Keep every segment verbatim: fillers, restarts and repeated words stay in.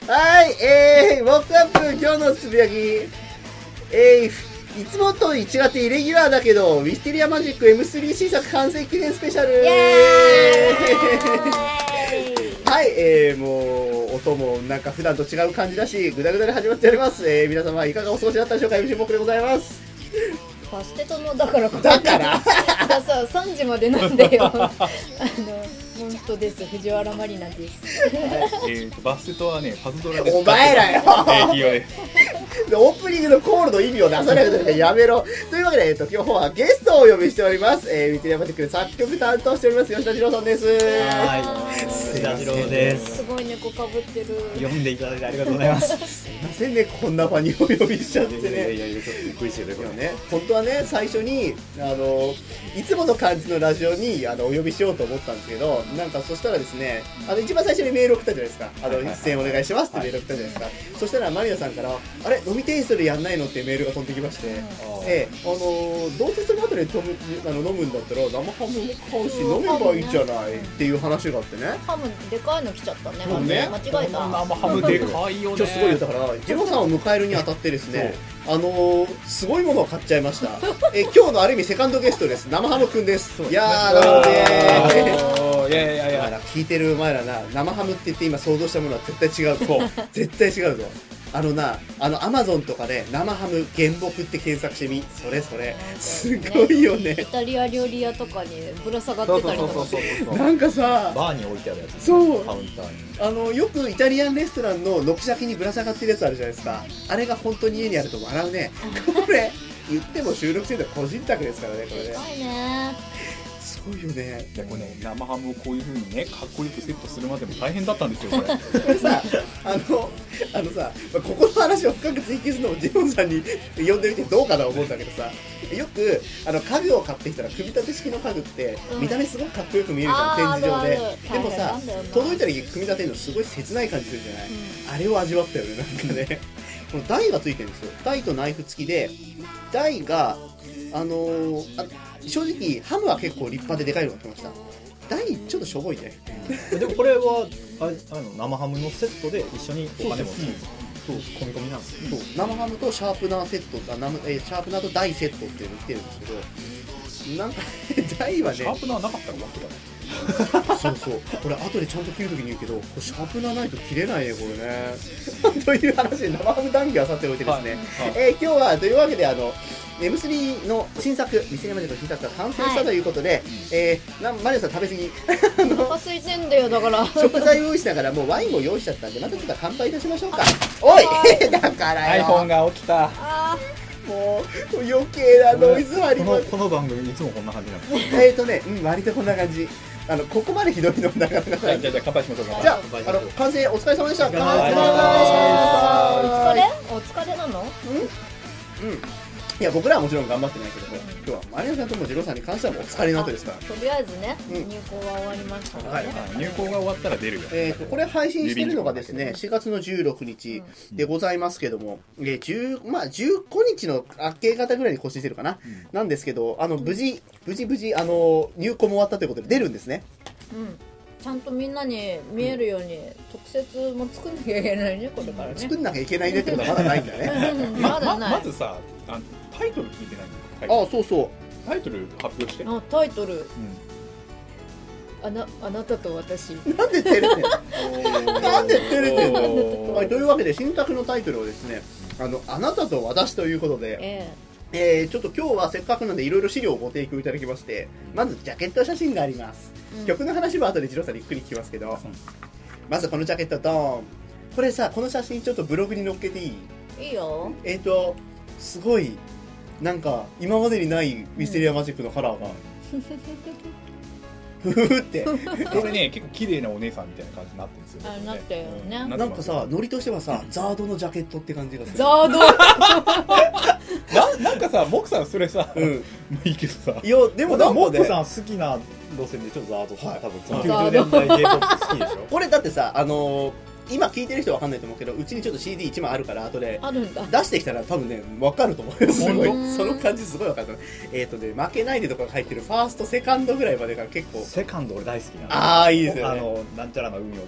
はい、えー、ウォークアップ今日のつぶやき、えー、いつもと違ってイレギュラーだけど、ウィステリアマジック エムスリー 新作完成記念スペシャル。イエーイはい、えー、もう音もなんか普段と違う感じだし、グダグダで始まっております。えー、皆様いかがお過ごしだったでしょうか。 エムシー 僕でございます。 パステトのだからだからだささんじまで飲んでよあのモンストです。藤原マリナです。 はい、えーとバステトはねパズドラです。 お前らよ。 えー、キーワです。 オープニングのコールの意味を出さないでやめろ。というわけで、えっと、今日はゲストをお呼びしております。えー、ウィテリアマジックで作曲担当しております吉田次郎さんです。 はい、吉田次郎です。 すごい猫かぶってる。 読んでいただいてありがとうございます。 すいませんね、こんな場にお呼びしちゃってね。 いやいやいや、ちょっとびっくりしてるよね。本当はね、最初にあのいつもの感じのラジオにあのお呼びしようと思ったんですけど、なんかそしたらですね、あの一番最初にメール送ったじゃないですか。あの出演お願いしますってメール送ったじゃないですか。はい、そしたらマリナさんからあれ飲みテイストでやんないのってメールが飛んできまして、うん、えー、あのー、どうせその後でとむあの飲むんだったら生ハムも買うし飲めばいいじゃないっていう話があってね。 ハムでかいの来ちゃったね。 もうね、 間違えた。 生ハムでかいよね。 今日すごいよ。だからジローさんを迎えるにあたってですね、あのー、すごいものを買っちゃいました。え今日のある意味セカンドゲストです。生ハムくんです。いやーなので、 いやいやいや、 聞いてるお前らな、生ハムって言って今想像したものは絶対違うぞ。絶対違うぞ。あのな、あのアマゾンとかで生ハム原木って検索してみ、それそれすごいよね。 イタリア料理屋とかにぶら下がってたりとか、 なんかさ、 バーに置いてあるやつ、 そうカウンターに、 あのよくイタリアンレストランの軒先にぶら下がってるやつあるじゃないですか。あれが本当に家にあると笑うね。これ言っても収録してるのは個人宅ですからね、これね。 でかいね。 すごいよね。 いやこれね、生ハムをこういう風にねかっこよくセットするまでも大変だったんですよこれ。 これさ、あのあのさ、まあ、ここの話を深く追求するのもジモンさんに呼んでみてどうかなと思うんだけどさ、よくあの家具を買ってきたら組み立て式の家具って見た目すごくかっこよく見えるじゃん、うん、展示場で。でもさ、届いた時組み立てるのすごい切ない感じするじゃない、うん、あれを味わったよね。なんかねこの台がついてるんですよ。台とナイフ付きで、台があのー、あ正直ハムは結構立派ででかいのが来ました。台ちょっとしょぼいね。 でもこれはああの生ハムのセットで一緒にお金もついてそう込み込みなんですよ。 そう生ハムとシャープナーセット、あえー、シャープナーと台セットっていうの売ってるんですけど、なんか台はね、 シャープナーなかったらわけだね。 そうそう、これ後でちゃんと切るときに言うけど、これシャープナーないと切れないねこれね。という話で生ハム談義はさておいてですね、はいはい、えー、今日はというわけであのエムスリー の新作、ミステリアマジックの新作が完成したということで、はい、えー、なマリオさん食べ過ぎお腹空いてんだよ。だから食材を用意しながらもうワインも用意しちゃったんで、またちょっと乾杯いたしましょうか。おいだからよ iPhone が起きた。 あもう余計なノイズ割りもこの、この番組いつもこんな感じなんですか。えーとね、うん、割とこんな感じ。あのここまでひどいのなかなかない。 じゃあじゃあ乾杯しましょうか。 じゃああの完成お疲れ様でした。お疲れ様でした。 お疲れお疲れなの？ うんうん。いや僕らはもちろん頑張ってないけども、今日はマリアさんともジローさんに関してはもうお疲れの後ですから。 とりあえずね、うん、入校が終わりましたからね。 はい、入校が終わったら出るよ。 えーとこれ配信してるのがですねしがつのじゅうろくにちでございますけども、えー、じゅうまあじゅうごにちの明け方ぐらいに更新してるかな、うん、なんですけど、あの無事無事無事あの入校も終わったということで出るんですね。 うん。ちゃんとみんなに見えるように特設も作んなきゃいけないね、これからね。 作んなきゃいけないねってことはまだないんだね。 まだない。まずさ、あのタイトル聞いてないんだよ。 ああそうそう。 タイトル発表して。 あタイトル。うん、あなあなたと私。 なんで照れてんの？なんで照れてんの？はい、というわけで新作のタイトルをですね、あのあなたと私ということで。えーえー、ちょっと今日はせっかくなんでいろいろ資料をご提供いただきまして、まずジャケット写真があります、うん、曲の話は後でジローさんにゆっくり聞きますけど、うん、まずこのジャケットドーン。これさ、この写真ちょっとブログに載っけていい？ いいよ。 えっとすごいなんか今までにないミステリアマジックのカラーが、うんふふってこれね結構綺麗なお姉さんみたいな感じになってるんですよね。 あなってるよね、うん、 なんかさノリとしてはさザードのジャケットって感じがする。 ザードな, なんかさモクさんそれさ、うん、いいけどさ、 いやでもなんか、ね、 モクさん好きな路線でちょっとザードさん、はい、多分きゅうじゅうねんだい J-ポップ 好きでしょ。 これだってさあのー今聞いてる人は分かんないと思うけど、うちにちょっと シーディーいち 枚あるから後で出してきたら多分ね分かると思うよ。すごいその感じすごい分かる。えっ、ー、とね負けないでとかが入ってるファーストセカンドぐらいまでが結構。 セカンド俺大好きな。 ああいいですよね。 あのなんちゃらの海を大なんち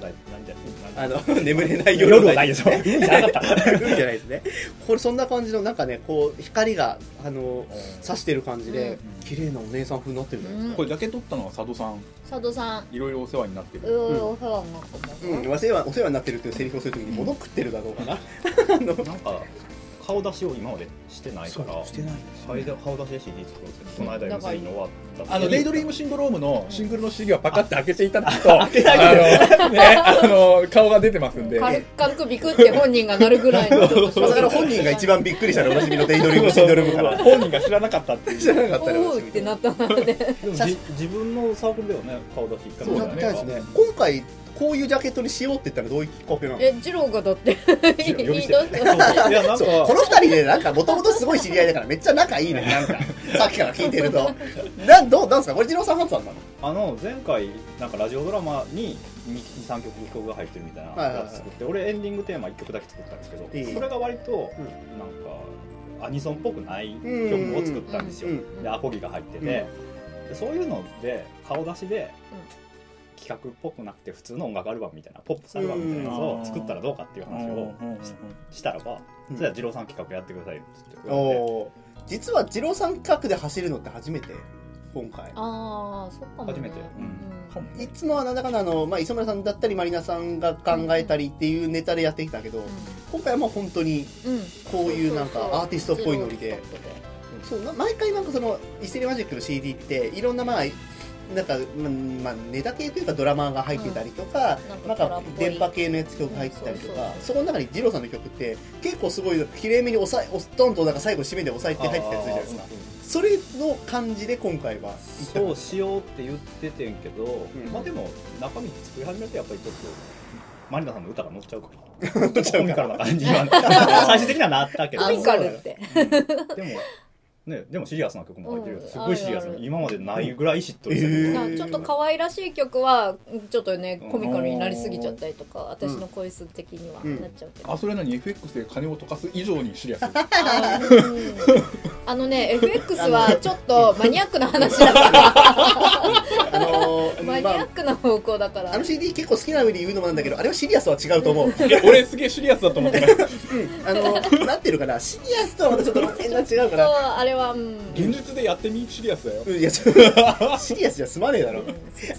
てあの眠れない夜夜はないですよ。海じゃなかった。 海じゃないですね。これそんな感じのなんかねこう光があの差してる感じで、うん、綺麗なお姉さん風になってるじゃないですか。 これジャケ取ったのは佐渡さん。 佐渡さんいろいろお世話になってる。 うん、お世話になってます。 うん、お世話お世話になってるっていうセリフをするときに物食ってるだろうかな。あのなんか顔出しを今までしてないからしてない顔出しで シーディー 作ろうってこの間 エムスリー の終わったあのデイドリームシンドロームのシングルの シーディー はパカって開けていただくと開けないあの、ね、あの顔が出てますんで軽軽くビクって本人がなるぐらいのまさかの本人が一番びっくりしたらおなじみのデイドリームシンドロームから本人が知らなかったって知らなかったらおーってなったのででもじ自分のサークルではね顔出し一回そうもだったですね。今回こういうジャケットにしようって言ったらどういうきっかけなの？ え、ジローがだってジロー呼び捨ていいだっていやなんかそうこの二人でなんかもともとすごい知り合いだからめっちゃ仲いいねなんかさっきから聞いてるとなんどうなんですかこれジローさん発案なの？ あの前回なんかラジオドラマに にさんきょく曲が入ってるみたいなやつ作って、俺エンディングテーマいっきょくだけ作ったんですけど、 いいそれが割となんかアニソンっぽくない曲を作ったんですよ。でアコギが入ってて、でそういうので顔出しで企画っぽくなくて普通の音楽アルバムみたいなポップスアルバムみたいなやつを作ったらどうかっていう話を し, したらば、それは二郎さん企画やってくださいよって言ってお実は二郎さん企画で走るのって初めて今回ああそっかも、ね、 初めて、 うん、 いつもはなんだかんだあの、まあ、磯村さんだったりマリナさんが考えたりっていうネタでやってきたけど、うん、今回はもう本当にこういうなんかアーティストっぽいノリで、そうな毎回なんかそのイステリマジックの シーディー っていろんなまあなんか、まあ、ネタ系というかドラマが入ってたりとか、うん、なんか電波系のやつ曲が入ってたりとか、そこの中に二郎さんの曲って結構すごいきれいめに抑えドンとなんか最後締めで抑えて入ってたりするじゃないですか。それの感じで今回はそうしようって言っててんけど、うん、まあでも中身作り始めてやっぱりちょっとマリナさんの歌が乗っちゃうからコミカルな感じには最終的にはなったけどコミカルって、 うん、でもね、でもシリアスな曲も入ってる、うん、すごいシリアスな今までないぐらいしっとりしてる、 えー、ちょっと可愛らしい曲はちょっとねコミカルになりすぎちゃったりとか、私の声質的にはなっちゃうけど、 うん、あそれなに エフエックス で金を溶かす以上にシリアスあ, あのね エフエックス はちょっとマニアックな話だからあのー、マニアックな方向だから、 まあ、あの シーディー 結構好きな上で言うのもなんだけどあれはシリアスは違うと思う俺すげえシリアスだと思ってない、うん、 あのなんていうのかなシリアスとはまたちょっと路線が違うからそうあれは、うん、 現実でやってみシリアスだよ、 いやシリアスじゃ済まねえだろ、うん、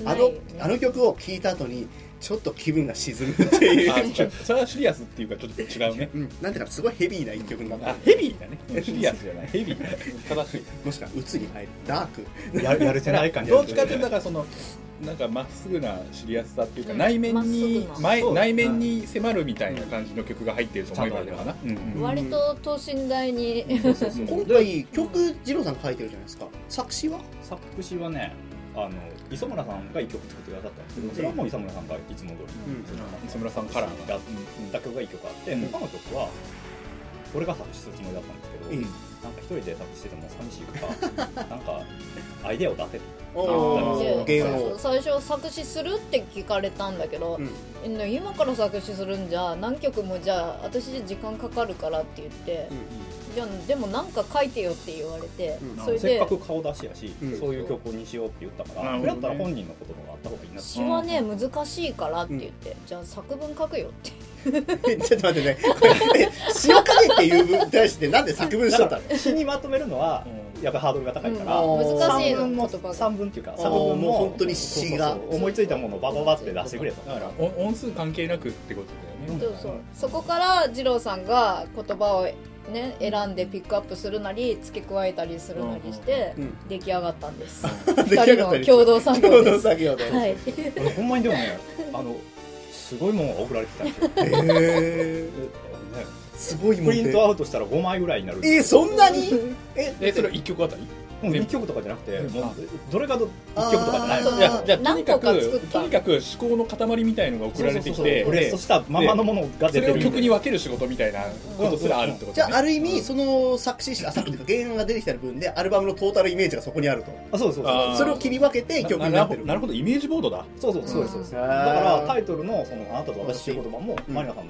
あのあの曲を聴いた後にちょっと気分が沈むっていうあそれはシリアスっていうかちょっと違うね、 うん、なんていうかすごいヘビーな一曲になったあヘビーだねシリアスじゃないヘビー正しいもしくは鬱に入るダークや, やるせない感じどっちかっていうとだからそのなんかまっすぐなシリアスさっていうか、うん、内面に前内面に迫るみたいな感じの曲が入ってると思えばいいのかな、うんうん、 割と等身大にそうそうそう今回曲二郎さん書いてるじゃないですか。作詞は作詞はねあの磯村さんがいっきょく作ってくださったんですけど、それはもう磯村さんがいつも通り、うん、 磯村さんカラーがやった曲がいっきょくあって、うん、他の曲は俺が作詞するつもりだったんですけど、うん、なんか一人で作詞してても寂しいからなんかアイデアを出せるそう最初作詞するって聞かれたんだけど、うん、今から作詞するんじゃ何曲もじゃあ私時間かかるからって言って、うん、じゃあでもなんか書いてよって言われて、 うん、それでせっかく顔出しやし、うん、そういう曲にしようって言ったから、それだったら本人のことがあった方がいいなって詩はね難しいからって言って、うん、じゃあ作文書くよってちょっと待ってね詩を書けっていう分に対してなんで作文しちゃったの詩にまとめるのはやっぱりハードルが高いから、 うん、難しいの言葉さんぶんっていうか作文も本当に詩が思いついたものをバババって出してくれとだから音数関係なくってことだよね、 うん、そうそうそこから二郎さんが言葉をね、選んでピックアップするなり付け加えたりするなりして出来上がったんです、うん、ふたりの共同作業です作業で、 はい、 ほんまにでもねあのすごいものが送られてきたんですよへーすごいもんプリントアウトしたらごまいぐらいになるえー、そんなにええそれいっきょくあたりうん、いっきょくとかじゃなくて、もうどれかといっきょくとかじゃないいやじゃあとにかくとにかく思考の塊みたいのが送られてきてブレストしたままのものが出てるそれを曲に分ける仕事みたいなことすらあるってことね。 じゃあある意味その作詞あ作というか原案が出てきた分でアルバムのトータルイメージがそこにあると。 あそうそうそうそれを切り分けて曲になってる。 なるほどイメージボードだ。 そうそうそうですそうです。だからタイトルのそのあなたと私っていう言葉もマリナさんの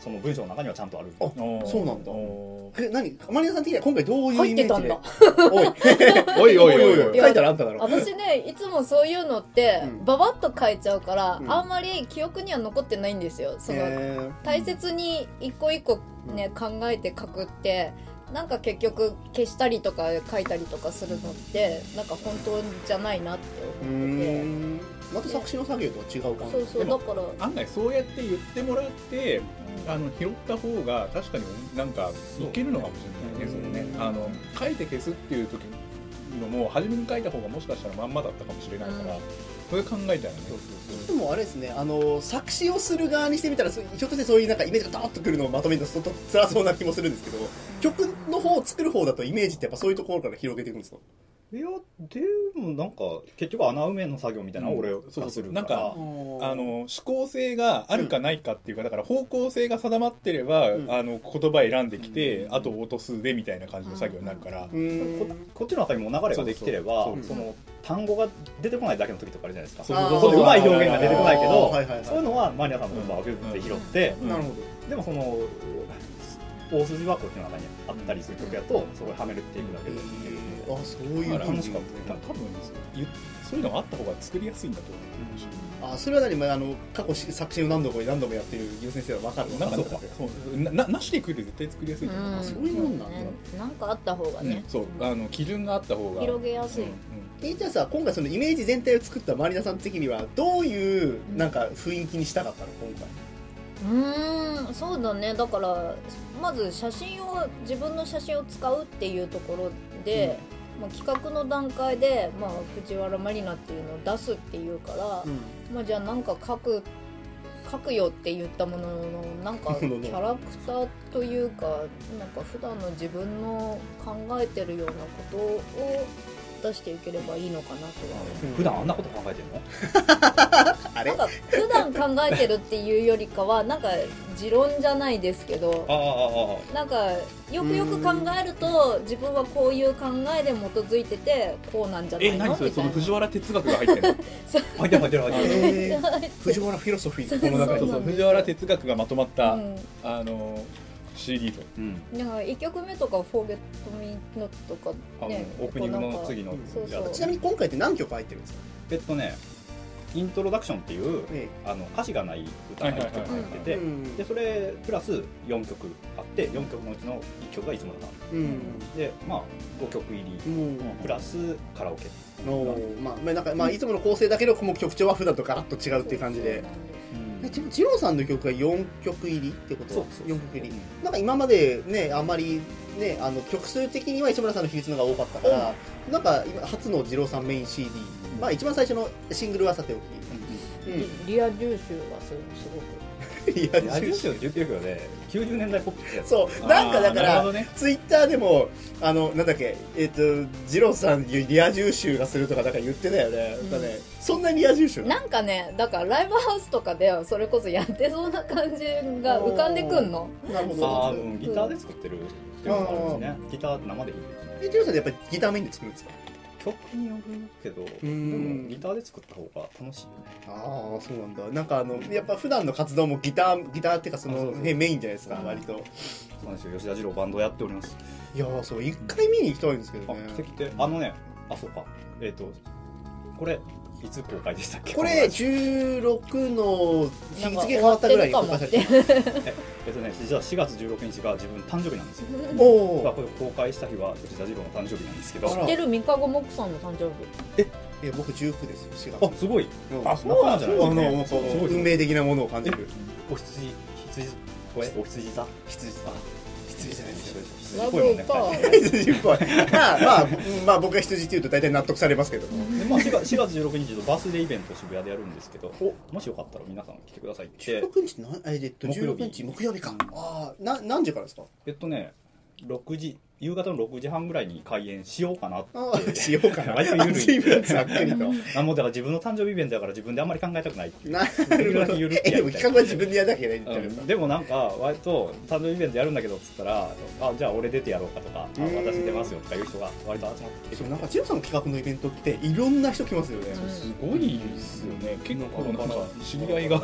その文章の中にはちゃんとある。 あ、そうなんだ。え、何マリナさん的には今回どういうイメージで入ってたんだ。 おいおいおいおい、書いたらあんただろ。 私ね、いつもそういうのってババッと書いちゃうから、うん、あんまり記憶には残ってないんですよ。その大切に一個一個ね、うん、考えて書くってなんか結局消したりとか書いたりとかするのってなんか本当じゃないなって思ってて。 また作詞の作業とは違う感じ。 そうそう、だから案外そうやって言ってもらって、うん、あの拾った方が確かになんかいけるのかもしれないね。そのね、あの書いて消すっていう時のも初めに書いた方がもしかしたらまんまだったかもしれないから、うん、それ考えたらね。そうそうそう。でもあれですね、あの作詞をする側にしてみたらひょっとしてそういうなんかイメージがドーッとくるのをまとめるとちょっと辛そうな気もするんですけど、曲の方を作る方だとイメージってやっぱそういうところから広げていくんですか？ いやでもなんか結局穴埋めの作業みたいなのを俺がするから、うん、 なんかあの思考性があるかないかっていうか、だから方向性が定まってれば、うん、あの言葉選んできて、うん、あと落とすでみたいな感じの作業になるから、うん、 こ, こっちの中にも流れができてれば、そうそうそう、その単語が出てこないだけの時とかあるじゃないですか。そうそうそうそう、うまい表現が出てこないけど、そういうのはマニアさんの言葉をグッて拾って、 なるほど。 でもその大筋はこっちの中にあったりする曲やとそこにはめるっていうだけで、 うん、あ、そういう楽しかったね。多分そういうのがあった方が作りやすいんだと思う。 あ、それは何、まあ、あの過去作詞を何度も何度もやっているユウ先生は分かるの？ なんかそうな, な, なしで食うと絶対作りやすいと思う。 そういうもんなんだ、ね、 なんかあった方がね、 うん、そうあの基準があった方が広げやすい。うんうん、じゃあさ、今回そのイメージ全体を作ったマリナさん的にはどういうなんか雰囲気にしたかったの今回？ うーん、そうだね。だからまず写真を自分の写真を使うっていうところで、うん、まあ、企画の段階で、まあ、藤原マリナっていうのを出すっていうから、うん、まあ、じゃあなんか書く書くよって言ったもののなんかキャラクターというかなんか普段の自分の考えてるようなことを出していければいいのかなとは、 うん、普段あんなこと考えてるの？ あれ？ なんか普段考えてるっていうよりかはなんか持論じゃないですけど、 あなんかよくよく考えると自分はこういう考えで基づいててこうなんじゃないの？ え、何それ？その藤原哲学が入ってるの？ 入ってる入ってる入ってる。 藤原フィロソフィーこの中にそうそう藤原哲学がまとまった、うん、あのシーディー と、 うん、なんかいっきょくめとかフォーゲットミーノとかね、 オープニングの次の、 そうそう。 ちなみに今回って何曲入ってるんですか？ えっとねイントロダクションっていう、ええ、あの歌詞がない歌がいっきょく入ってて、でそれプラスよんきょくあってよんきょくのうちのいっきょくがいつものターン、うん、でまあごきょく入り、うん、プラスカラオケ、 うん、まあなんかまあいつもの構成だけどもう曲調は普段とガラッと違うっていう感じで。ジローさんの曲がよんきょく入りってこと？ そうそうよんきょく入り、うん、なんか今までねあんまりねあの曲数的には磯村さんの比率の方が多かったから、うん、なんか今初のジローさんメイン シーディー、うん、まあ一番最初のシングルはさておき、 うんうん、リア充集がすごくリア充集って言ってるけどねきゅうじゅうねんだいポップってやつ。 そうなんかだから、ね、ツイッターでもあのなんだっけえっ、ー、とジローさんリア充集がするとかなんか言ってたよね、うん、なんかねそんなにリア充集なんかねだからライブハウスとかでそれこそやってそうな感じが浮かんでくんの。 なるほど。 あ、うん、ギターで作ってるっていうのがあるんですね。ギター生で弾いてる。 えジローさんってやっぱりギターメインで作るんですか？ 曲によるけど、でもギターで作った方が楽しいよね。 ああ、そうなんだ。なんかあのやっぱ普段の活動もギターギターっていうかそのメインじゃないですか、割と。 そうなんですよ。吉田二郎バンドやっております。 いやーそう一回見に行きたいんですけどね。 あ、来て来て。あのね、あそうか。えっとこれいつ公開でしたっけ？ これじゅうろくの日付変わったぐらいに公開されてる。 えっとね、実はしがつじゅうろくにちが自分誕生日なんですよ。 おお。 これ公開した日は吉田二郎の誕生日なんですけど。 知ってる三日後木さんの誕生日。 え、いや僕じゅうくですよ。しがつ。 あ、すごい。 あ、そうなんじゃないですか。あのそう運命的なものを感じる。 お羊羊これお羊座羊座。羊じゃないですよ。 ラブか羊っぽい。まあまあまあ僕が羊って言うと大体納得されますけど。 でまあしがつじゅうろくにちのバースデーイベントを渋谷でやるんですけど、もしよかったら皆さん来てくださいって。 じゅうろくにちなえっとじゅうろくにち木曜日か。ああな何時からですか？ えっとねろくじ夕方のろくじはんぐらいに開演しようかなってしようかな割とゆるい随分ざっくりとあもうだから自分の誕生日イベントだから自分であんまり考えたくないっていうなるほどゆるいでも企画は自分でやらなきゃいけないんだけど、 うん、でもなんか割と誕生日イベントやるんだけどっつったらあじゃあ俺出てやろうかとかあ私出ますよとかいう人が割とあじゃあそうなんかジロさんの企画のイベントっていろんな人来ますよね。 すごいですよね。結構なんか知り合いが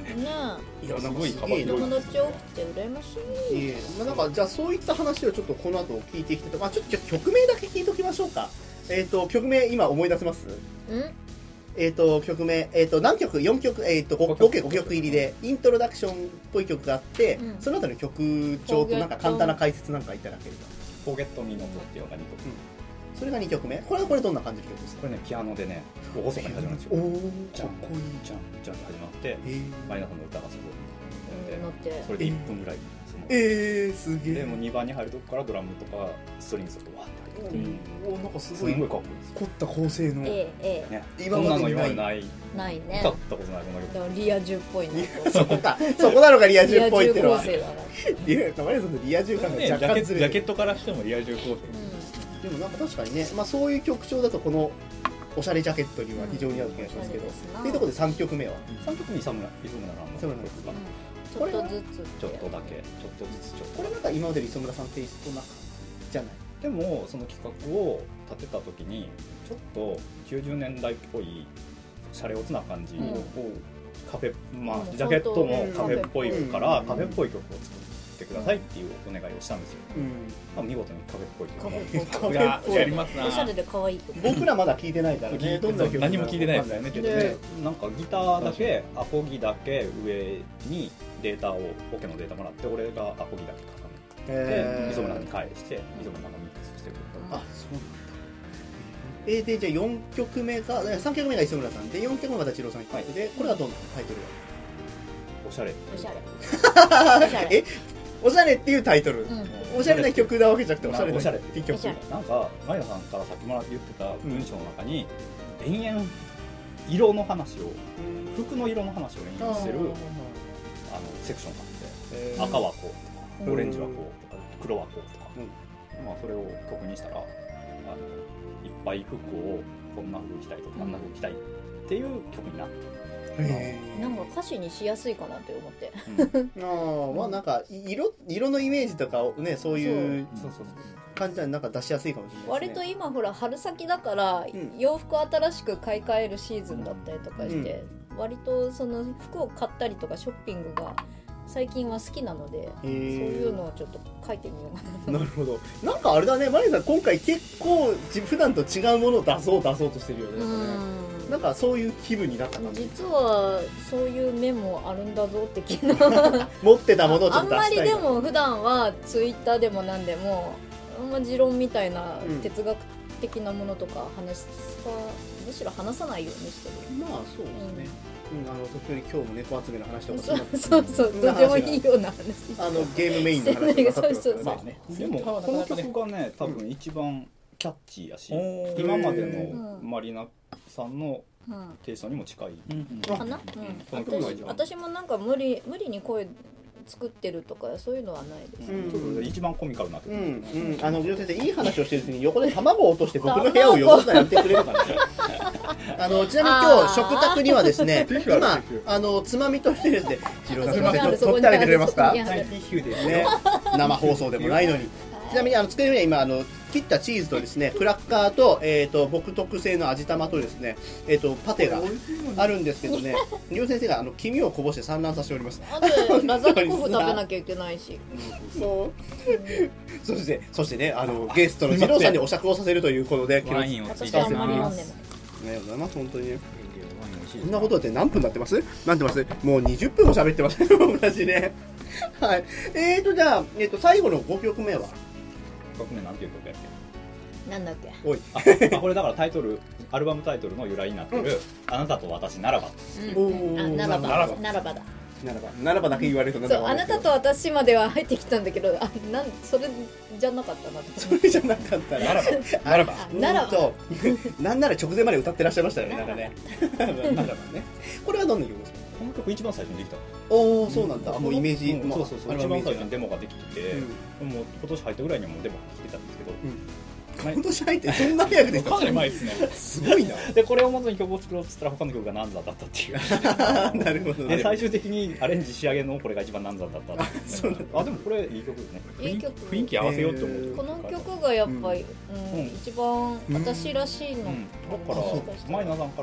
いや、 すごい幅広い友達多くて羨ましい。 いえ、まあ、なんかじゃあそういった話をちょっとこの後聞いていきたいと、まあ、ちょっと曲名だけ聞いておきましょうか。えっ、ー、と曲名今思い出せます？んえっ、ー、と曲名、えっ、ー、と何曲？よんきょく、えっ、ー、と合計ごきょく入りでイントロダクションっぽい曲があって、うん、その後の曲調となんか簡単な解説なんかいただければ。 フォーゲットミーノットっていうのがにきょく、うん、 それがにきょくめ。これはこれどんな感じの曲ですか？ これね、ピアノでね、厳かに始まるんですよ。おお、かっこいい。じゃんじゃんじゃんって始まって、マイナさんの歌がすごい乗って、 それでいっぷんぐらい。 えー、すげえ。 でもにばんに入るとこからドラムとかストリングスとかわーって入って、 おお、なんかすごいすごいかっこいいです。 凝った構成の、 ええね、今までにないないないね。 歌ったことないこの曲。 だからリア充っぽいね。 そこか、そこなのがリア充っぽいっていうのは。 リア充構成だな。 リア、たまにそのリア充感が若干ずれる。 ジャケットからしてもリア充構成。 でもなんか確かにね、まあそういう曲調だとこのおしゃれジャケットには非常に合う気がしますけど。っていうところでさんきょくめは。 さんきょくめに磯村磯村なん磯村ですか。 ちょっとずつちょっとだけちょっとずつちょっとこれなんか今までの磯村さんテイストなじゃない。 でもその企画を立てた時にちょっときゅうじゅうねんだいっぽいシャレオツな感じを、うん、カフェまあ、うん、ジャケットもカフェっぽいから、うん、カフェっぽい曲を作ってくださいっていうお願いをしたんですよ、うんまあ、見事にカフェっぽい曲カフェっぽいやりますな。 おしゃれで可愛い曲。 僕らまだ聞いてないからね。どんな曲何も聞いてないですよね。 でなんかギターだけアコギだけ上にデータをオケのデータもらって俺がアコギだけ重ねて磯村に返して磯村がミックスしてる。 あ、そうなんだ。えー、でじゃあよんきょくめがさんきょくめが磯村さんでよんきょくめが達郎さんってで、はい、これはどんなタイトルは？ おしゃれ。 おしゃれ。 え、おしゃれっていうタイトル。うん、おしゃれな曲なわけじゃなくておしゃれなっていう曲。 なんか前田さんからさっきも言ってた文章の中に、うん、延々色の話を、うん、服の色の話を延々してるあのセクションがあって、赤はこうとかオレンジはこうとか黒はこうとか、うん、まあそれを曲にしたらあのいっぱい服をこんな服着たいとかあんな服着たいっていう曲になって。 なんか歌詞にしやすいかなって思って、 うん、ああまあなんか 色, 色のイメージとかをねそういう感じでなんか出しやすいかもしれないですね。 割と今ほら春先だから、うん、洋服新しく買い替えるシーズンだったりとかして、うん、割とその服を買ったりとかショッピングが最近は好きなので、そういうのをちょっと書いてみようかな。 なるほど。なんかあれだね、マリさん今回結構普段と違うものを出そう出そうとしてるよね。うん、なんかそういう気分になった感じ。 実はそういう面もあるんだぞって昨日持ってたものをちょっと出したい。 あんまりでも普段はツイッターでもなんでもあんま持論みたいな哲学的なものとか話すか、うん、むしろ話さないようにしてる。 まあそうですね。うん、あの時折今日も猫集めの話とかそうそうそう、どうでもいいような話あのゲームメインの話とかそうそうそう、 ね、でもこの曲がね多分一番キャッチーやし、うん、今までのマリナさんのテイストにも近い、 うん、かな、うん、私, 私もなんか無理無理に声作ってるとかそういうのはないです、 うん、ちょっと一番コミカルな曲ですね、 うんうん、あの先生いい話をしてる時に横で卵を落として僕の部屋を汚すのやめてくれるかなあのちなみに今日食卓にはですね今あのつまみとしてですね次郎さんすみません取ってあげてくれますか。ティッシュですね生放送でもないのにちなみにあの机には今あの切ったチーズとですねクラッカーと、えー、と僕特製の味玉とですね、えー、とパテがあるんですけどねりょう先生があの黄身をこぼして散乱させております。 あとラザッコフ食べなきゃいけないしそうそしてそしてねあのゲストの次郎さんにお酌をさせるということでワインを私はあんまり飲んでない。 ね、本当にねこんなことって何分なってますなってますもうにじゅっぷんも喋ってます私ねはいえーとじゃあ、えー、と最後のごきょくめはごきょくめなんていう曲やっけなんだっけおいあ, あこれだからタイトルアルバムタイトルの由来になってる、うん、あなたと私ならば、 うん、あならばならばならばだならばならばだけ言われるとそうあなたと私までは入ってきたんだけどあなんそれじゃなかったなそれじゃなかったらならばならばならばなんなら直前まで歌ってらっしゃいましたよねなんかねならばねこれはどんな曲ですか。 この曲一番最初にできた。 おおそうなんだ、うん、もうイメージ、 うん、そうそうそう一番最初にデモができてて、うん、もう今年入ったぐらいにはもうデモが来てたんですけど、 うん、今年入ってそんな早くできたかなり前ですねすごいなでこれを元に曲を作ろうとしたら他の曲が難産だったっていうなるほど、ね、 で最終的にアレンジ仕上げのこれが一番難産だったあそうなんだあでもこれいい曲ですねいい曲雰囲気合わせようって思うこの曲がやっぱり、うんうん、一番私らしいの、 うん、だからマイナさんから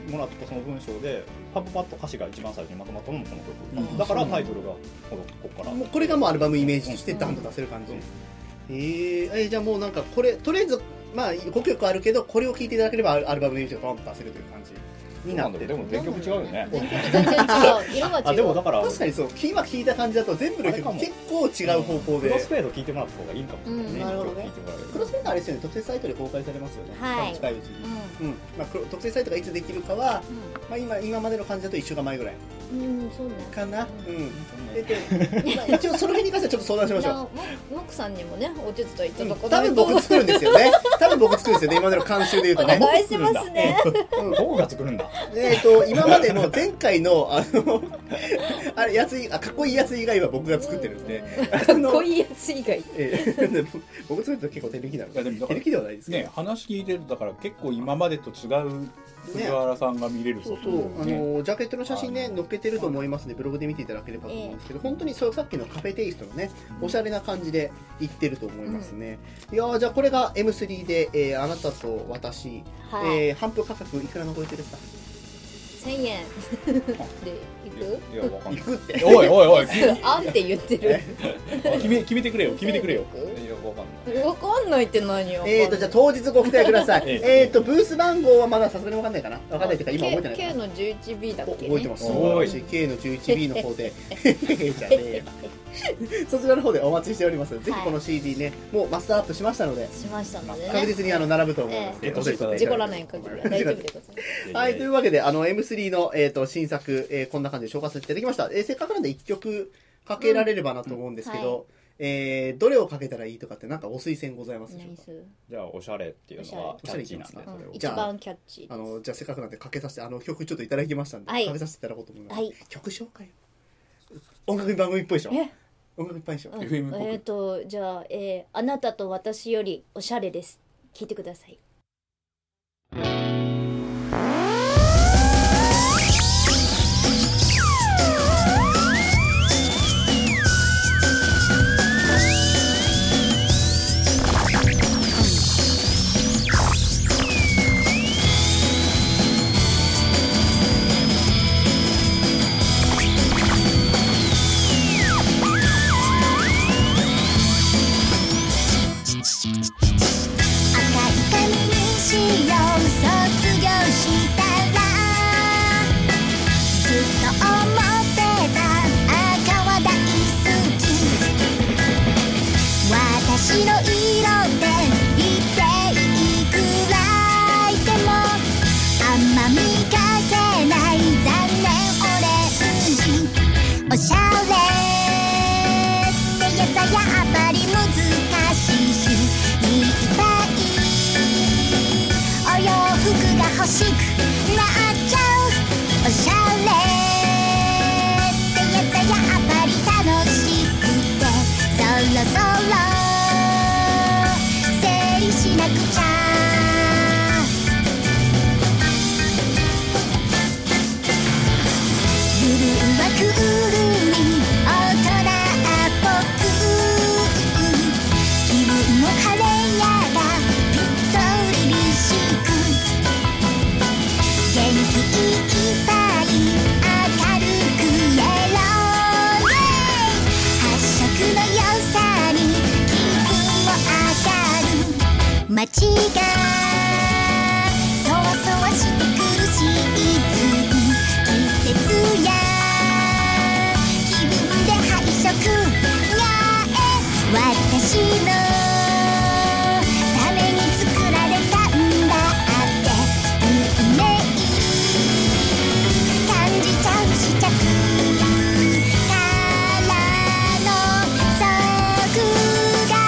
もらったその文章でパッパッと歌詞が一番最初にまとまったのもこの曲、うん、だからタイトルがここからもうこれがもうアルバムイメージとしてダンと出せる感じ、うんうんえー、えー、じゃあもうなんかこれとりあえずまあごきょくあるけどこれを聴いていただければアルバムのイメージがバンと出せるという感じになってる。 でも全曲違うよね。 全然違う。色が違う。 あでもだから確かにそう今聴いた感じだと全部の曲結構違う方向で。 クロスフェード聴いてもらった方がいいかもしれないね。 うん、なるほどね。クロスフェードあれですよね特設サイトで公開されますよね。 はい。 近いうちに。うん。うん、まあ特設サイトがいつできるかは、うん、まあ今今までの感じだといっしゅうかんまえぐらい。 うんそうね。 かな。うん。えっとまあ一応その辺に関してはちょっと相談しましょう。モクさんにもねお手伝いいただこう。 多分僕作るんですよね。多分僕作るんですよね今までの監修で言うとね。 お願いしますね。 僕が作るんだ。 えっと今までの前回のあのあれやついあかっこいいやつ以外は僕が作ってるんで、 かっこいいやつ以外、 えー、僕作ると結構手抜きなので、手抜きではないですね。話聞いてるだから結構今までと違う藤原さんが見れる、 ね、そうそう、あのジャケットの写真ね載っけてると思いますのでブログで見ていただければと思うんですけど、えー、本当にそうさっきのカフェテイストのねおしゃれな感じでいってると思いますね、うん、いやじゃあこれが エムスリー で、えー、あなたと私、はい、えー、販布価格いくらのご予定ですか？ せんえんで行く？ いや、わかんない。 行くって。 おいおいおい。 あんって言ってる。 決め決めてくれよ。決めてくれよ。 いや、わかんない。 わかんないって何よ。 えっとじゃあ当日ご期待ください。えっとブース番号はまださすがにわかんないかな。わかんないっていうか今覚えてないかな。 K の じゅういちビー だっけ？ 覚えてます。すごいし K の じゅういちビー の方でじゃねえそちらの方でお待ちしております。ぜひこの シーディー ねもうマスターアップしましたので。 しましたので確実にあの並ぶと思います。 事故らない限り大丈夫でございます。 はいというわけであの エムスリー のえっと新作、えー、こんな感じで紹介させていただきました、えー、せっかくなんでいっきょくかけられればなと思うんですけど、うんはいえー、どれをかけたらいいとかってなんかお推薦ございますでしょうか？ じゃあおしゃれっていうのはキャッチーなんで、 うん、一番キャッチーです。 あのじゃあせっかくなんでかけさせてあの曲ちょっといただきましたんで、はい、かけさせていただこうと思います、はい、曲紹介音楽番組っぽいでしょ？え音楽いっぱいでしょ、うん、 えーとじゃあ、えー、あなたと私よりおしゃれです聞いてください。おしゃれってやつはやっぱり難しいしいっぱいお洋服が欲しくなっちゃう。おしゃれってやつはやっぱり楽しくてそろそろ整理しなくちゃ。ブルーはクール街がそわそわしてくるシーズン季節や気分で配色がえ私のために作られたんだって運命感じちゃう試着からの即が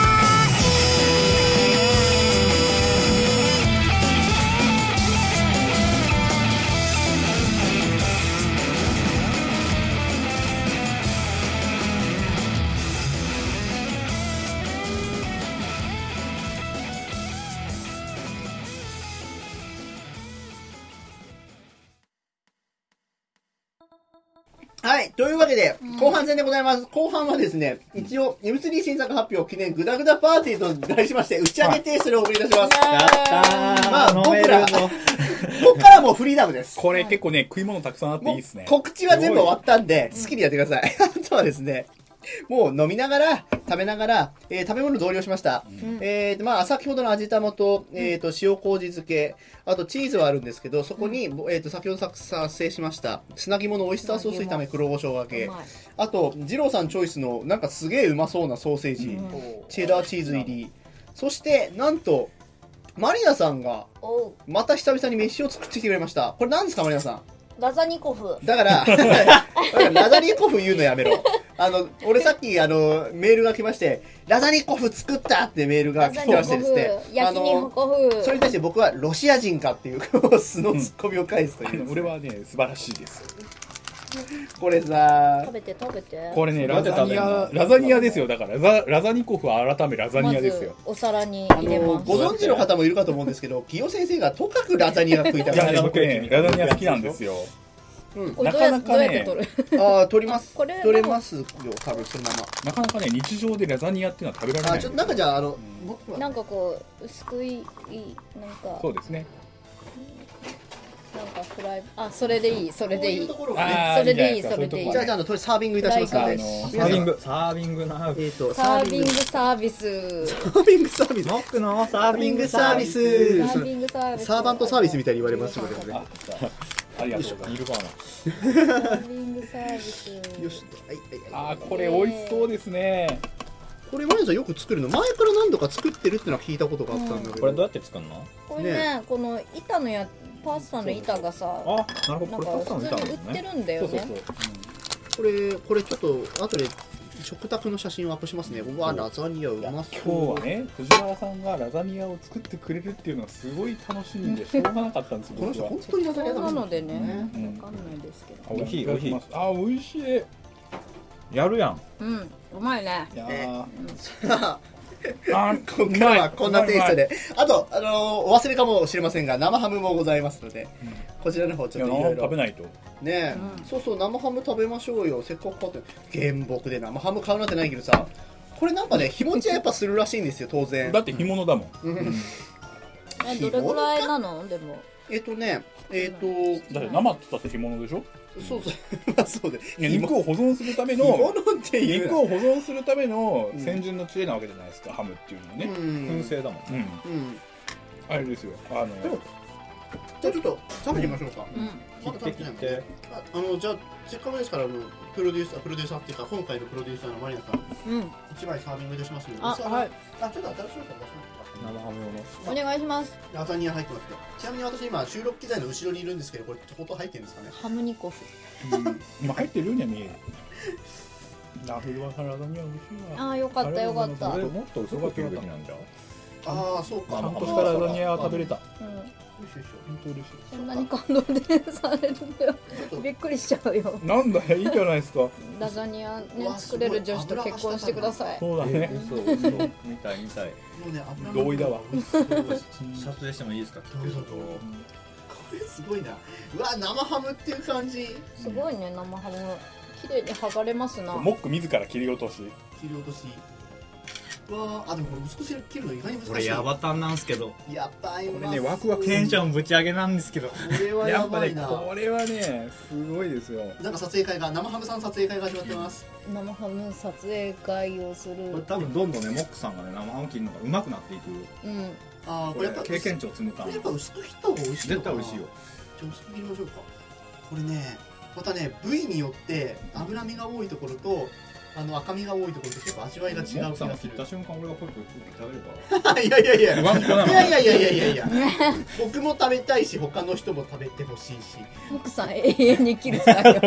はい。というわけで、後半戦でございます。後半はですね、一応、エムスリー 新作発表記念グダグダパーティーと題しまして、打ち上げテイストでお送りいたします。 やったー。 まあ、僕ら、ここからもうフリーダムです。 これ結構ね、食い物たくさんあっていいですね。 告知は全部終わったんで、好きにやってください。あとはですね、もう飲みながら、食べながら、えー、食べ物増量しました。うん、えーと、まあ、先ほどの味玉と、えーと、塩麹漬け、あとチーズはあるんですけど、そこに、うん、えーと、先ほど作成しました、砂肝のオイスターソース炒め黒胡椒がけ、あと、二郎さんチョイスの、なんかすげえうまそうなソーセージ、うん、チェダーチーズ入り、そして、なんと、マリナさんが、また久々に飯を作ってきてくれました。これ何ですか、マリナさん。 ラザニコフ。 だから、ラザニコフ言うのやめろ。あの、俺さっき、あの、メールが来まして、ラザニコフ作ったってメールが来ましてですね。 焼肉コフ。 それに対して僕はロシア人かっていう素のツッコミを返すという、 うん。俺はね、素晴らしいです。 これさ、 食べて食べて。 これね、ラザニア、ラザニアですよ。だから、ラザ、ラザニコフは改めラザニアですよ。 まずお皿に入れます。 ご存知の方もいるかと思うんですけど、キヨ先生がとかくラザニアが食いたい。 いや、僕ね、ラザニア好きなんですよ。 うん、なかなかね、 ああ、取ります。これ取れますよ、多分そのまま。 なかなかね、日常でラザニアっていうのは食べられない。 あ、ちょっとなんかじゃあ、あの、 うん、なんかこう、薄くいい、なんか。 そうですね。 なんかフライ、あ、それでいい、それでいい。 それでいい、それでいい。 じゃあ、じゃあ、サービングいたしますので。 サービング、サービングな。 えっと、 サービングサービス。 サービングサービス。 ノックのサービングサービス。サービングサービス。 サーバントサービスみたいに言われますのでね。 ありがとうございます。 サービングサービス。 よし、はいはい。あ、これ美味しそうですね。 これマリさんよく作るの？前から何度か作ってるってのは聞いたことがあったんだけど。 これどうやって作るの？ これね、この板のやパスタの板がさ、 あ、なるほど。これパスタの板売ってるんだよね。 これこれちょっと後で食卓の写真をアップしますね。うわ、ラザニアうまそう。 今日はね、藤原さんがラザニアを作ってくれるっていうのはすごい楽しみでしょうがなかったんですよ。 この人本当にラザニアなのでね、わかんないですけど。 美味しい美味しい。 あ、美味しい。 やるやん。 うん、うまいね。 いやー。あ、今回はこんなテイストで、あと、あのー、お忘れかもしれませんが生ハムもございますので、うん、こちらの方ちょっといろいろ食べないとね、うん、そうそう生ハム食べましょうよ。せっかく買って原木で生ハム買うなんてないけどさ、これなんかね日持ちはやっぱするらしいんですよ当然。 だって干物だもん。 うん、えどれぐらいなの？でもえっとねえっとだって生って言ったって干物でしょ。 そうそうまあそうで肉を保存するための肉を保存するための先人の知恵なわけじゃないですか、うん、ハムっていうのはね、 うん、燻製だもん、 うんうん、あれですよ。あのじゃあちょっと食べてみましょうか、 うん、 まだ食べてないので、あのじゃあせっかくですからあのプロデューサープロデューサーっていうか今回のプロデューサーのマリナさん、うん、一枚サービングいたしますので、 あ、はい、 あ、ちょっと新しいの出しますか。 生ハム用のお願いします。 ラザニア入ってますよ。ちなみに私今収録機材の後ろにいるんですけど、これちょこっと入ってるんですかね。 ハムニコフ、 うん、今入ってるようには見える。なるほど、ラザニア美味しいわ。 ああ、よかったよかった。 それもっと薄く切るべきなんじゃ。 ああ、そうか。 ちゃんとしたラザニアは食べれた。 うん。 よしよし、 本当嬉しい。 そんなに感動でされるんだよ。びっくりしちゃうよ。 なんだいいじゃないですか。 ラザニアね作れる女子と結婚してください。 そうだね。 そうそう見たい見たい。 もうね、 同意だわ。 撮影してもいいですか。 どうぞ。これすごいな。うわ、生ハムっていう感じ。 すごいね、生ハム綺麗に剥がれますな。 モック自ら切り落とし。 切り落とし。わあ、あでもこれ薄く切るの意外に難しい。 これヤバタンなんですけど。 やばい。 これねワクワクテンションぶち上げなんですけど。これはやばいな。 これはねすごいですよ。 なんか撮影会が生ハムさん撮影会が始まってます。 生ハム撮影会をする。 これ多分どんどんねモックさんがね生ハム切るのが上手くなっていく。 うん。 ああ、これやっぱ経験値を積むから。 やっぱ薄く切った方が美味しい。 絶対美味しいよ。 じゃあ薄く切りましょうか。これね、またね部位によって脂身が多いところと。あの赤身が多いところと結構味わいが違う気がする。 切った瞬間俺がポリポリ食べれば。 いやいやいや。 いやいやいやいやいやいや。僕も食べたいし他の人も食べてほしいし。 奥さん永遠に切る作業。 待って。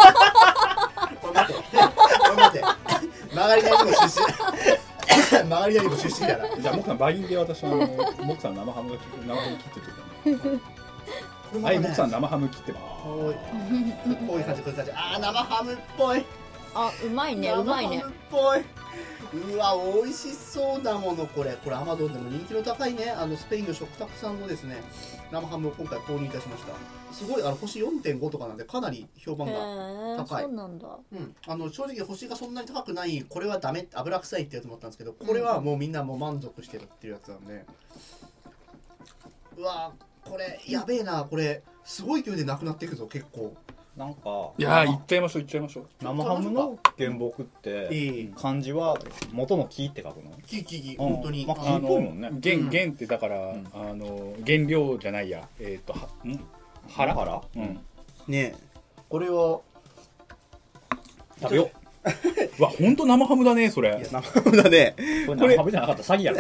待って。曲がりなりにも出身。曲がりなりにも出身だな。 じゃあモクさんバインで私はモクさん生ハムが生ハム切ってるとか。はい、モクさん生ハム切ってます。 こういう感じこういう感じ。ああ生ハムっぽい。 あ、うまいね、うまいね。 生ハムっぽい。 うわ美味しそうだものこれこれアマゾンでも人気の高いねあのスペインの食卓さんのですね生ハムを今回購入いたしました。すごいあの星 よんてんご とかなんでかなり評判が高い。 そうなんだ。 うん、あの正直星がそんなに高くないこれはダメ油臭いってやつもあったんですけどこれはもうみんなもう満足してるっていうやつなんで、うわこれやべえなこれすごい勢いでなくなっていくぞ結構。 なんかいやーいっちゃいましょういっちゃいましょう。 生ハムの原木って漢字は元の木って書くの？ 木木木本当に。 まあ木っぽいもんね。 原原ってだからあの原料じゃないやえっとはん腹腹？ うんねこれは食べよう。わ本当生ハムだねそれ。 いや生ハムだね。 これ生ハムじゃなかった詐欺やろ。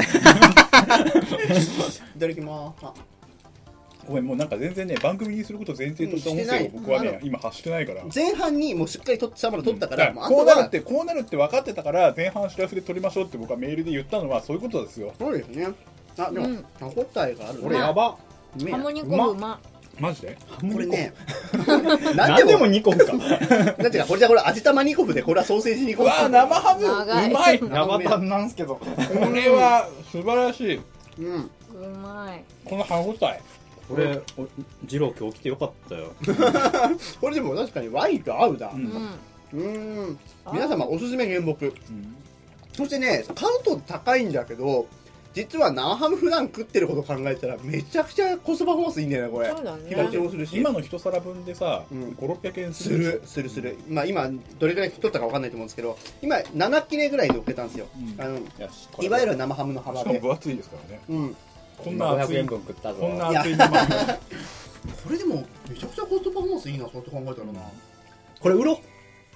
いただきます。 ごめんもうなんか全然ね番組にすること前提とした音声を僕はね今発してないから。 前半にもうしっかりとサマル取ったから、 うん、こうなるってこうなるって分かってたから前半シラフで取りましょうって僕はメールで言ったのはそういうことですよ。 そうですね。あでも、うん、歯応えがある。 これやば。 ハムにこうま。 マジで？ これね。 何でもにこぶか。 なんていうかこれじゃこれ味玉にこぶでこれはソーセージにこぶ。 わあ生ハムうまい。 生パンなんすけど。 これは素晴らしい。 うん。 うまい。 この歯応え。 これジロー今日来てよかったよ。 これでも確かにワインと合うだ。 うん。 うん。皆様おすすめ原木。うん、そしてね買うと高いんだけど。実は生ハム普段食ってること考えたらめちゃくちゃコストパフォーマンスいいんだよねこれ。 そうだね。 日持ちもするし。 今の一皿分でさ、うん、ご、ろっぴゃくえんする。 するするする。まあ今どれぐらい取ったかわかんないと思うんですけど、今なな切れぐらい乗っけたんですよ。うん、あのいわゆる生ハムの幅で。 しかも分厚いですからね。 うん。 こんな厚い分食ったぞ。 こんな厚い生ハム。 これでもめちゃくちゃコストパフォーマンスいいなそうやって考えたらな。 これ売ろう。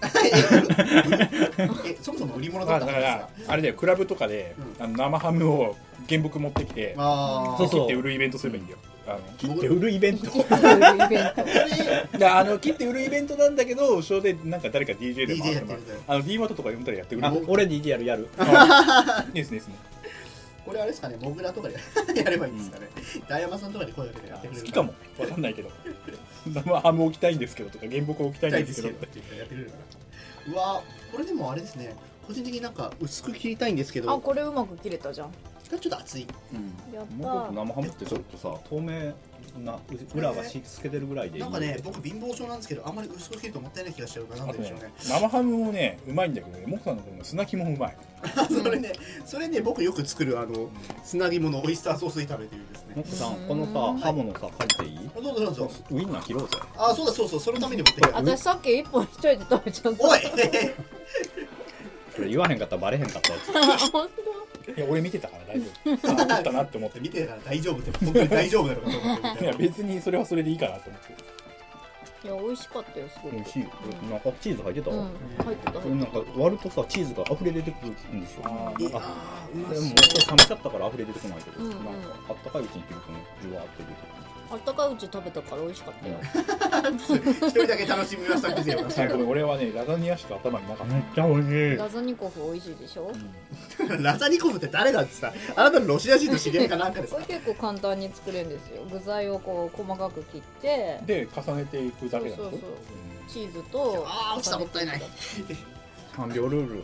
えそもそも売り物だったんですか。 あれだよクラブとかで、うん、あの生ハムを原木持ってきて切って売るイベントすればいいんだよ。あの切って売るイベント。 切って売るイベント。あの切って売るイベントなんだけど後ろでなんか誰か ディージェー で回ってもらう。あの ディーマートとか読んだらやってくれる。 俺 ディージェー やるやる。 いいですねいいですね。 これあれですかねモグラとかでやればいいんですかね。大山さんとかに声かけてやってくれる。 好きかもわかんないけど。生ハム置きたいんですけどとか原木置きたいんですけどってやってくれるから。うわこれでもあれですね個人的になんか薄く切りたいんですけど。 あこれうまく切れたじゃん。 ちょっと熱い。 うん。やったー。生ハムってちょっとさ透明な裏がし透けてるぐらいでいい。 なんかね僕貧乏症なんですけどあんまり薄く切るともったいない気がしちゃうからなんでしょうね。 生ハムもねうまいんだけどねモクさんのこの砂肝もうまい。 それねそれね僕よく作るあの砂肝のオイスターソース炒めというですね。 モクさんこのさハムのさ借りていい？ どうぞどうぞ。 ウインナー切ろうぜ。 あそうだそうそうそのために持ってきた。 私さっき一本一人で食べちゃった。 おい。 これ言わへんかったらバレへんかったやつ。 本当？いや俺見てたから大丈夫。あったなって思って見てたから大丈夫って本当に大丈夫だろうと思って。 いや別にそれはそれでいいかなと思って。 いや美味しかったよすごく。 美味しい。なんかチーズ入ってた？ うん、入ってた。 なんか割るとさチーズが溢れ出てくるんですよ。 ああうまそう。 でも冷めちゃったから溢れ出てこないけど、なんかあったかいうちに切るとねジュワーって出てくる。 あったかいうち食べたから美味しかったよ。 一人だけ楽しみましたんですよ。 俺はねラザニアしか頭になかった。 めっちゃ美味しい。 ラザニコフ美味しいでしょ。 うん、ラザニコフって誰だってさ、あなたのロシア人の知り合いかなんかですか。 これ結構簡単に作れるんですよ。具材をこう細かく切ってで重ねていくだけだと。 そうそうそう。チーズとああ落ちたもったいない。 さんびょうルール。いや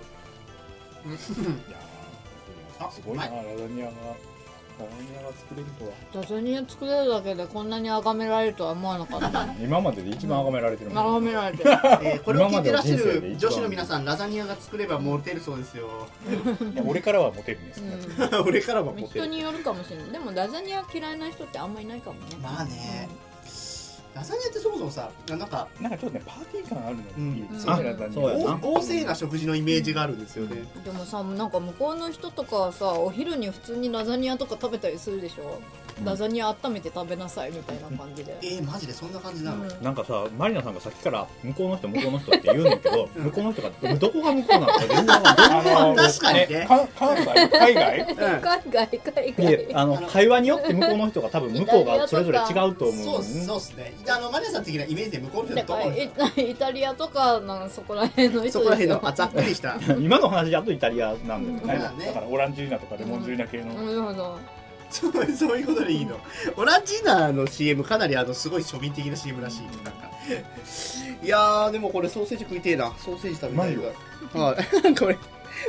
ーすごいなラザニアが。ラザニアが作れるとは。 ラザニア作れるだけでこんなに崇められるとは思わなかった。 今までで一番崇められてるもん。 崇められてる。 えー、これを聞いてらっしゃる女子の皆さん、ラザニアが作ればモテるそうですよ。 いや俺からはモテるんですね。 うん、俺からはモテる。 人によるかもしれない。でもラザニア嫌いな人ってあんまりいないかもね。 まあね。うんラザニアってそもそもさ、なんかなんかちょっとねパーティー感あるのうん、 いいですよね、ラザニア。 豪勢な食事のイメージがあるんですよね。 でもさ、なんか向こうの人とかはさ、お昼に普通にラザニアとか食べたりするでしょ。うん、ラザニア温めて食べなさいみたいな感じで。 えー、マジでそんな感じなの？うん、 なんかさ、マリナさんがさっきから向こうの人向こうの人って言うんだけど、向こうの人がどこが向こうなのか全然わかんない。 あの確かにね。 関西海外？ 海外海外。 あの会話によって向こうの人が多分向こうがそれぞれ違うと思う。 そうそうですね。あのマリナさん的なイメージで向こうの人だと思うんですよ。イタリアとかなんそこら辺の人そこら辺のざっくりした今の話だとイタリアなんだよね。 うん、だからオランジーナとかレモンジーナ系の。 なるほど。 そう、そういうことでいいの。オランジーナの シーエム かなりあのすごい庶民的な シーエム らしい。なんかいやーでもこれソーセージ食いてえな。ソーセージ食べたいわ。はい。これ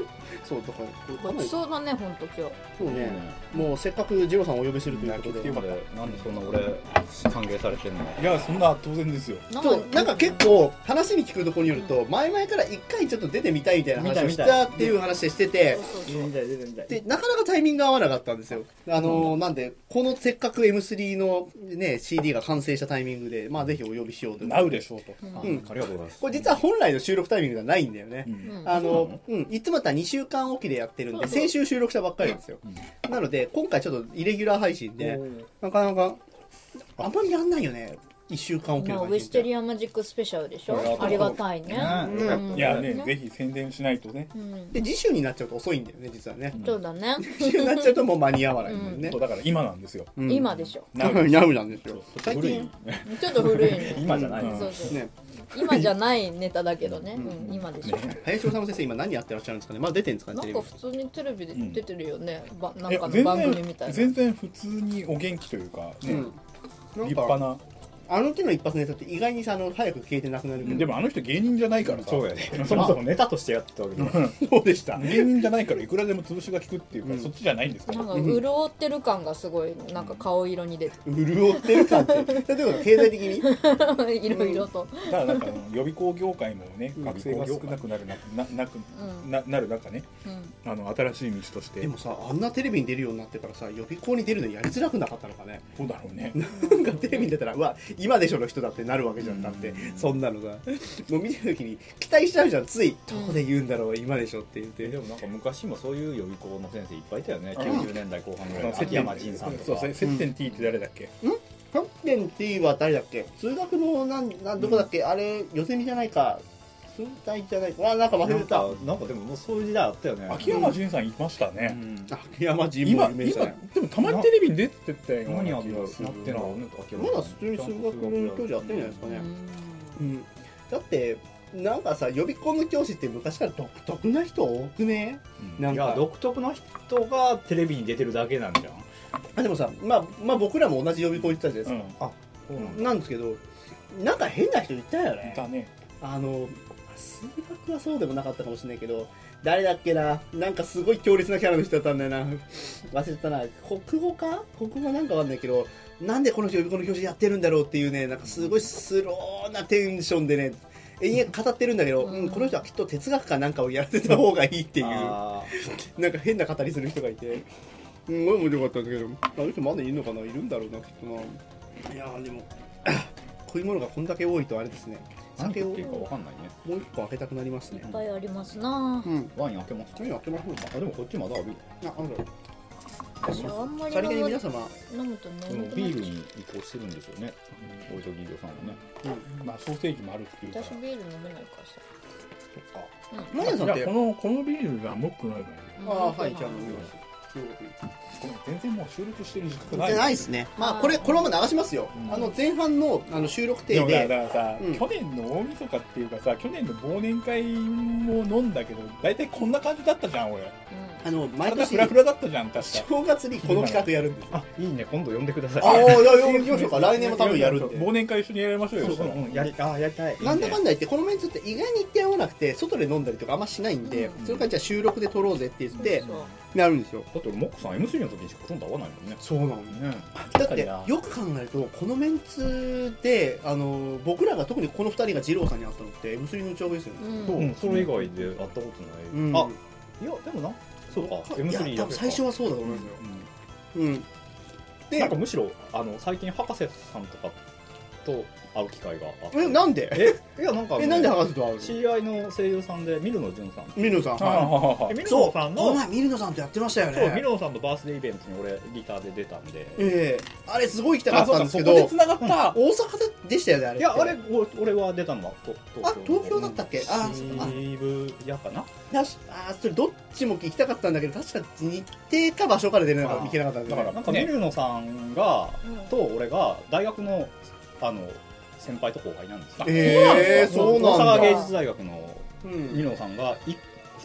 そうだからごちそうだね本当今日。 そうね、うん、もうせっかくジローさんをお呼びするということで、 なんでそんな俺歓迎されてんの？ いやそんな当然ですよ。 そうなんか結構話に聞くところによると、うん、前々から一回ちょっと出てみたいみたいな話をしたっていう話でしてて、でなかなかタイミング合わなかったんですよ。あのーうん、なんでこのせっかく エムスリー のね シーディー が完成したタイミングでまあぜひお呼びしようという。 なうでしょうと。 うん、 ありがとうございます。 これ実は本来の収録タイミングではないんだよね。うん、あのうん、いつもだったらにしゅうかんおきでやってるんで、先週収録したばっかりなんですよ。うん、なので今回ちょっとイレギュラー配信でなかなかあんまりやんないよね。いっしゅうかんおきの配信。 ウェステリアマジックスペシャルでしょ。ありがたいね。 うん、いやね、ぜひ宣伝しないとね。 うん、 で次週になっちゃうと遅いんだよね実はね。 そうだね。 次週になっちゃうともう間に合わないもんね。 そうだから今なんですよ。 うん、今でしょ。 なうなんですよ。 最近ちょっと古いね。 今じゃない。 そうそうね。今じゃないネタだけどね。うん、今でしょ。 林修先生今何やってらっしゃるんですかね。まだ出てるんですかね。 なんか普通にテレビで出てるよね。ばなんかの番組みたいな。 全然普通にお元気というかね。立派な。 あの手の一発ネタって意外にさあの早く消えてなくなるけど、 でもあの人芸人じゃないからさ。 そうだよね。そもそもネタとしてやってたわけでそうでした。 芸人じゃないからいくらでも潰しが効くっていうか、うん、そっちじゃないんですか。 なんか潤ってる感がすごいなんか顔色に出てる。潤ってる感って例えば経済的にいろいろと。 だからなんか予備校業界もね学生が少なくなるなななく、うん、ななる中ね、うん、あの新しい道として。 でもさあんなテレビに出るようになってからさ予備校に出るのやりづらくなかったのかね。 そうだろうね。 なんかテレビに出たらうわ今でしょの人だってなるわけじゃん。だってそんなのさもう見てる時に期待しちゃうじゃん。ついどこで言うんだろう今でしょって言って。 でもなんか昔もそういう予備校の先生いっぱいいたよね。きゅうじゅうねんだいこう半ぐらい秋山仁さんとか。 そうそう。セッテン T って誰だっけ？ん？ セッテン T は誰だっけ？数学のなんなんどこだっけ？あれ予選じゃないか。数体じゃないか。わなんか忘れた。 なんかでももうそういう時代あったよね。 秋山仁さんいましたね。 秋山仁もいましたね。 でもたまにテレビに出てたよ。 何やってなってな。 まだ普通に数学の教授やってんじゃないですかね。うん。だってなんかさ予備校の教師って昔から独特な人多くね。 なんか独特な人がテレビに出てるだけなんじゃん。 あでもさまあまあ僕らも同じ予備校行ってたじゃないですか。あそうなんですけどなんか変な人いたよね。 いたね。 あの数学はそうでもなかったかもしれないけど誰だっけな。なんかすごい強烈なキャラの人だったんだよな。忘れたな。国語か国語なんかわかんないけどなんでこの人予備校の教師やってるんだろうっていうねなんかすごいスローなテンションでね延々語ってるんだけど、うん、この人はきっと哲学かなんかをやってた方がいいっていうなんか変な語りする人がいてすごい面白かったんだけどあの人まだいるのかないるんだろうなきっとな。いやーでもこういうものがこんだけ多いとあれですね。 酒をいうかわかんないね。 もう一個開けたくなりますね。 いっぱいありますな。 うん。 ワイン開けますか。 ワイン開けましょうか。 あでもこっちまだある。 あある。 私はあんまりさりげに皆様飲むとでもビールに移行してるんですよね。大磯企業さんはね。 うん。まあソーセージもあるっていうか。 私ビール飲めないからさ。 そっか。 マリアさんってこのこのビールがもっくないのよ。 ああはいじゃあ飲みます。 全然もう収録してる時間ない。 ないですね。まあこれこのまま流しますよ。あの前半のあの収録定で。 だからさ去年の大晦日っていうかさ去年の忘年会も飲んだけど大体こんな感じだったじゃん俺。あの毎年フラフラだったじゃん確か。正月にこの企画やるんです。 あいいね今度呼んでください。 ああいや呼びましょうか。来年も多分やるんで。 忘年会一緒にやりましょうよ。 やりあやりたい。 なんだかんだ言ってこのメンツって意外に行って合わなくて外で飲んだりとかあんましないんで、それからじゃあ収録で撮ろうぜって言ってやるんですよ。 だって俺モックさん エムスリー の時にしかほとんど合わないもんね。 そうなのね。だってよく考えるとこのメンツであの僕らが特にこのふたりが二郎さんに会ったのって エムスリー の打ち上げですよね。 そうそれ以外で会ったことない。あいやでもなそうか エムスリー だけ最初はそうだと思いますよ。うんでなんかむしろあの最近博士さんとかと会う機会があって。 えなんでえいやなんかえなんで博士と会うの。 知り合いの声優さんでミルノジュンさん。 ミルノさんはいミルノさんのこの前ミルノさんとやってましたよね。 そうミルノさんのバースデーイベントに俺ギターで出たんで。 ええあれすごい行きたかったんですけどそこで繋がった大阪でしたよねあれ。 いやあれ俺は出たのはあ東京だったっけ。あ渋谷かな。 あそれどっちも行きたかったんだけど確か日程か場所から出れなかった行けなかったんで。 だからなんかミルノさんがと俺が大学のあの先輩と後輩なんですよ。 えー、そうなんだ。 大阪芸術大学のミルノさんがふ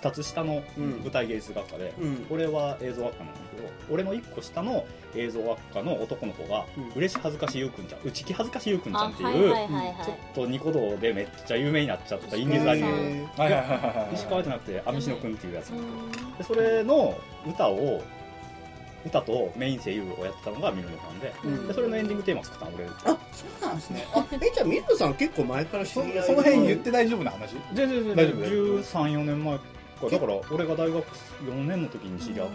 ふたつ下の舞台芸術学科で、うん、俺は映像学科なんだけど、俺のいっこ下の映像学科の男の子が、うん、嬉し恥ずかしゆうくんちゃん、内気恥ずかしゆうくんちゃんっていう、はいはいはいはい、ちょっとニコ動でめっちゃ有名になっちゃったインディーズアニメ、石川じゃなくて網篠くんっていうやつなんで、それの歌を歌とメイン声優をやってたのがミルノさん で,、うん、でそれのエンディングテーマ作ったの俺。 あ、そうなんですね。あ、え、じゃあミルノさん結構前から知り合い？ その辺言って大丈夫な話？ 全然大丈夫。じゅうさん、よねんまえか。だから俺が大学よねんの時に知り合って、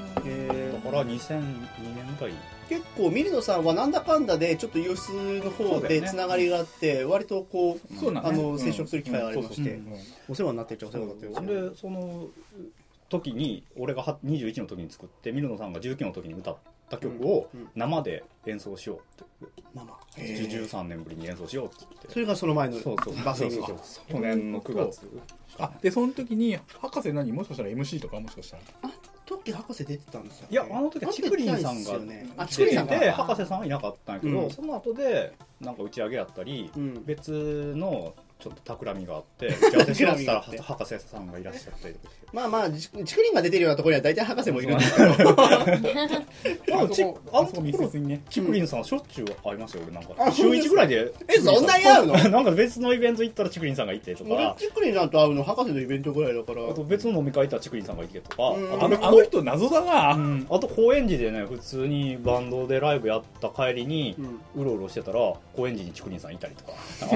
だからにせんにねんぐらい。 結構ミルノさんはなんだかんだでちょっとユースの方でつながりがあって、割とこう、そう、ね、あの接触する機会がありまして、お世話になってっちゃお世話になってる。でその時に俺がにじゅういちの時に作って、ミルノさんがじゅうきゅうの時に歌った曲を生で演奏しようって、生じゅうさんねんぶりに演奏しようって言って、 それがその前のそうそうバスに去年のくがつ。 あ、でその時に博士何もしかしたら エムシー とかもしかしたらあ時博士出てたんですよ、ね、 いやあの時はチクリンさんが出てて、博士さんはいなかったんやけど、うん、その後でなんか打ち上げやったり、うん、別のちょっと企みがあって打ち合わせしましたら博士さんがいらっしゃったりとかして、 まあまあチクリンが出てるようなところには大体博士もいるんですけどあそこあそこ密接にね、チクリンさんしょっちゅう会いますよ俺。なんか週いちぐらいでえそんなに会うのなんか別のイベント行ったらチクリンさんがいてとか、 俺チクリンさんと会うの博士のイベントぐらいだから、 あと別の飲み会行ったらチクリンさんがいてとか、 あの、あの人謎だな、 うん、あと高円寺でね普通にバンドでライブやった帰りに、うん、うろうろしてたら高円寺にチクリンさんいたりとか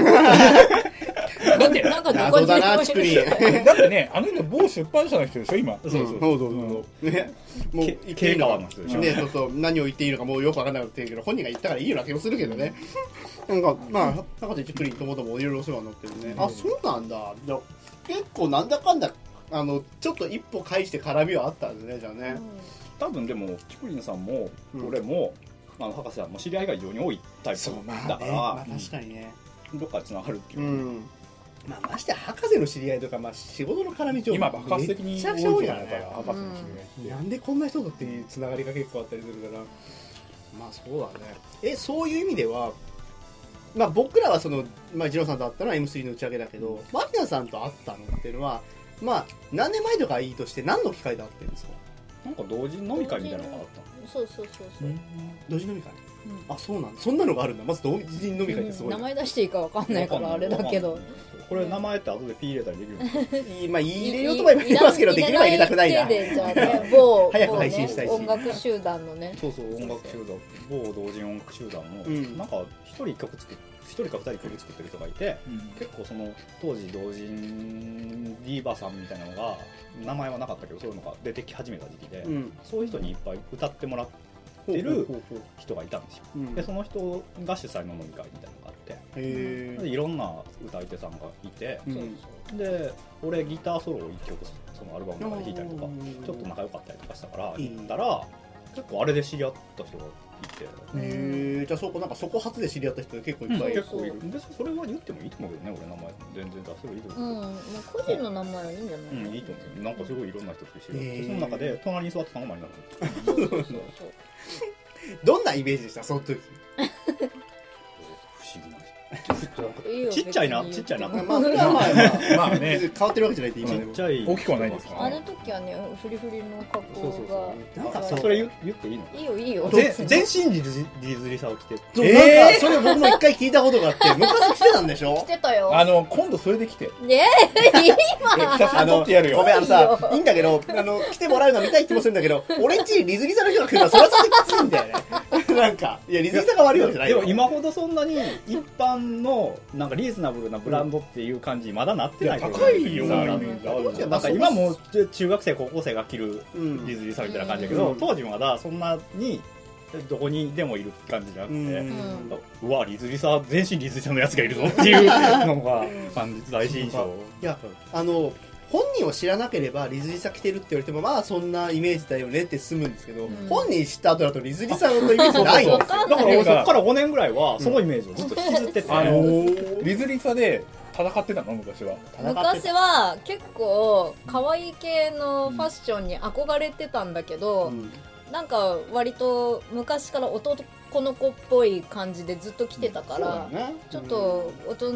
だってなんか謎だなチクリンだってね、あの人某出版社の人でしょ今。 そうそうそうそうそう、うん、ね、もう経川の人でしょ、 ね、そうそう、何を言っていいのかもうよくわからなくてけど本人が言ったからいいような気もするけどねなんかまあ博士チクリンともどもいろいろお世話になってるね、うん、あ、そうなんだ。じゃ結構なんだかんだあのちょっと一歩返して絡みはあったんですね、じゃあね、うん、 多分でもチクリンさんも俺も、うん、あの博士さんも知り合いが非常に多いタイプだから、 まあね、まあ、確かにね、 うん、どっかでつながるっていう、 うん、まあ、まして博士の知り合いとか、まあ、仕事の絡み上今爆発的にめちゃくちゃ多いからね、 博士の知り合いって、うん、 なんでこんな人とっていうつながりが結構あったりするから、まあそうだね。え、そういう意味ではまあ僕らはその、まあ、ジローさんと会ったのは エムスリー の打ち上げだけど、うん、マリナさんと会ったのっていうのはまあ何年前とかいいとして何の機会で会ってるんですか？ なんか同人飲み会みたいなのがあったの。そうそうそうそう、うん、 同人飲み会、うん、あ、そうなんだ。そんなのがあるんだ。まず同人飲み会ってすごい、うん、 名前出していいかわかんないからあれだけど、 これ名前って後でピー入れたりできるまあ入れようと思えば入れますけどできれば入れたくないな。 じゃあね、某早く配信したいし、 音楽集団のね、 そうそう音楽集団、某同人音楽集団の、うん、なんか一人曲作って一人か二人曲作ってる人がいて、うん、結構その当時同人ディーバさんみたいなのが名前はなかったけどそういうのが出てき始めた時期で、うん、そういう人にいっぱい歌ってもらってる人がいたんですよ、うん、でその人が主催の飲み会みたいなのがあって、へでいろんな歌い手さんがいて、うん、で俺ギターソロをいっきょくそのアルバムの中で弾いたりとかちょっと仲良かったりとかしたから行ったら結構あれで知り合った人がいて、 へー、じゃあそこなんかそこ初で知り合った人結構いっぱいいる、 うん、結構いる。でそれは言ってもいいと思うけどね、俺名前全然出せばいいと思う。 うん、まあ、個人の名前はいいんじゃない？ うん、いいと思う。なんかすごいいろんな人と知り合って、その中で隣に座ってたのがマリナさん。 そうそうそうそう。 どんなイメージでしたその時？ 不思議な。ちっちゃいな、ちっちゃいな。まあまあまあまあね、変わってるわけじゃないって今でも。 ちっちゃい。 大きくはないですか。 あの時はね、フリフリの格好が。なんかそれ言っていいの？ いいよいいよ。 全身リズリサを着て。 そう、なんかそれ僕も一回聞いたことがあって、昔着てたんでしょ？ 着てたよ。 あの今度それで来て。 ねえ、今。 あのごめん、あのさ、いいんだけど、あの来てもらうの見たい気もするんだけど、俺んちにリズリサの人が来るのはそれはそれできついんだよね。なんかいやリズリサが悪いわけじゃないよ。 でも今ほどそんなに一般のなんかリーズナブルなブランドっていう感じにまだなってないけど、 高いよな。 なんか今も中学生高校生が着るリズリサみたいな感じだけど、当時まだそんなにどこにでもいる感じじゃなくて、うん、うわリズリサ全身リズリサのやつがいるぞっていうのが感じ第一印象。 いやあの本人を知らなければリズリサ着てるって言われてもまあそんなイメージだよねって済むんですけど、うん、本人知った後だとリズリサのイメージないんですよ。 だから俺そっからごねんぐらいはそのイメージをずっと引きずってて、うん、あのー、リズリサで戦ってたの昔は。 昔は結構可愛い系のファッションに憧れてたんだけど、うん、なんか割と昔から男の子っぽい感じでずっと着てたから、うん、ちょっと大人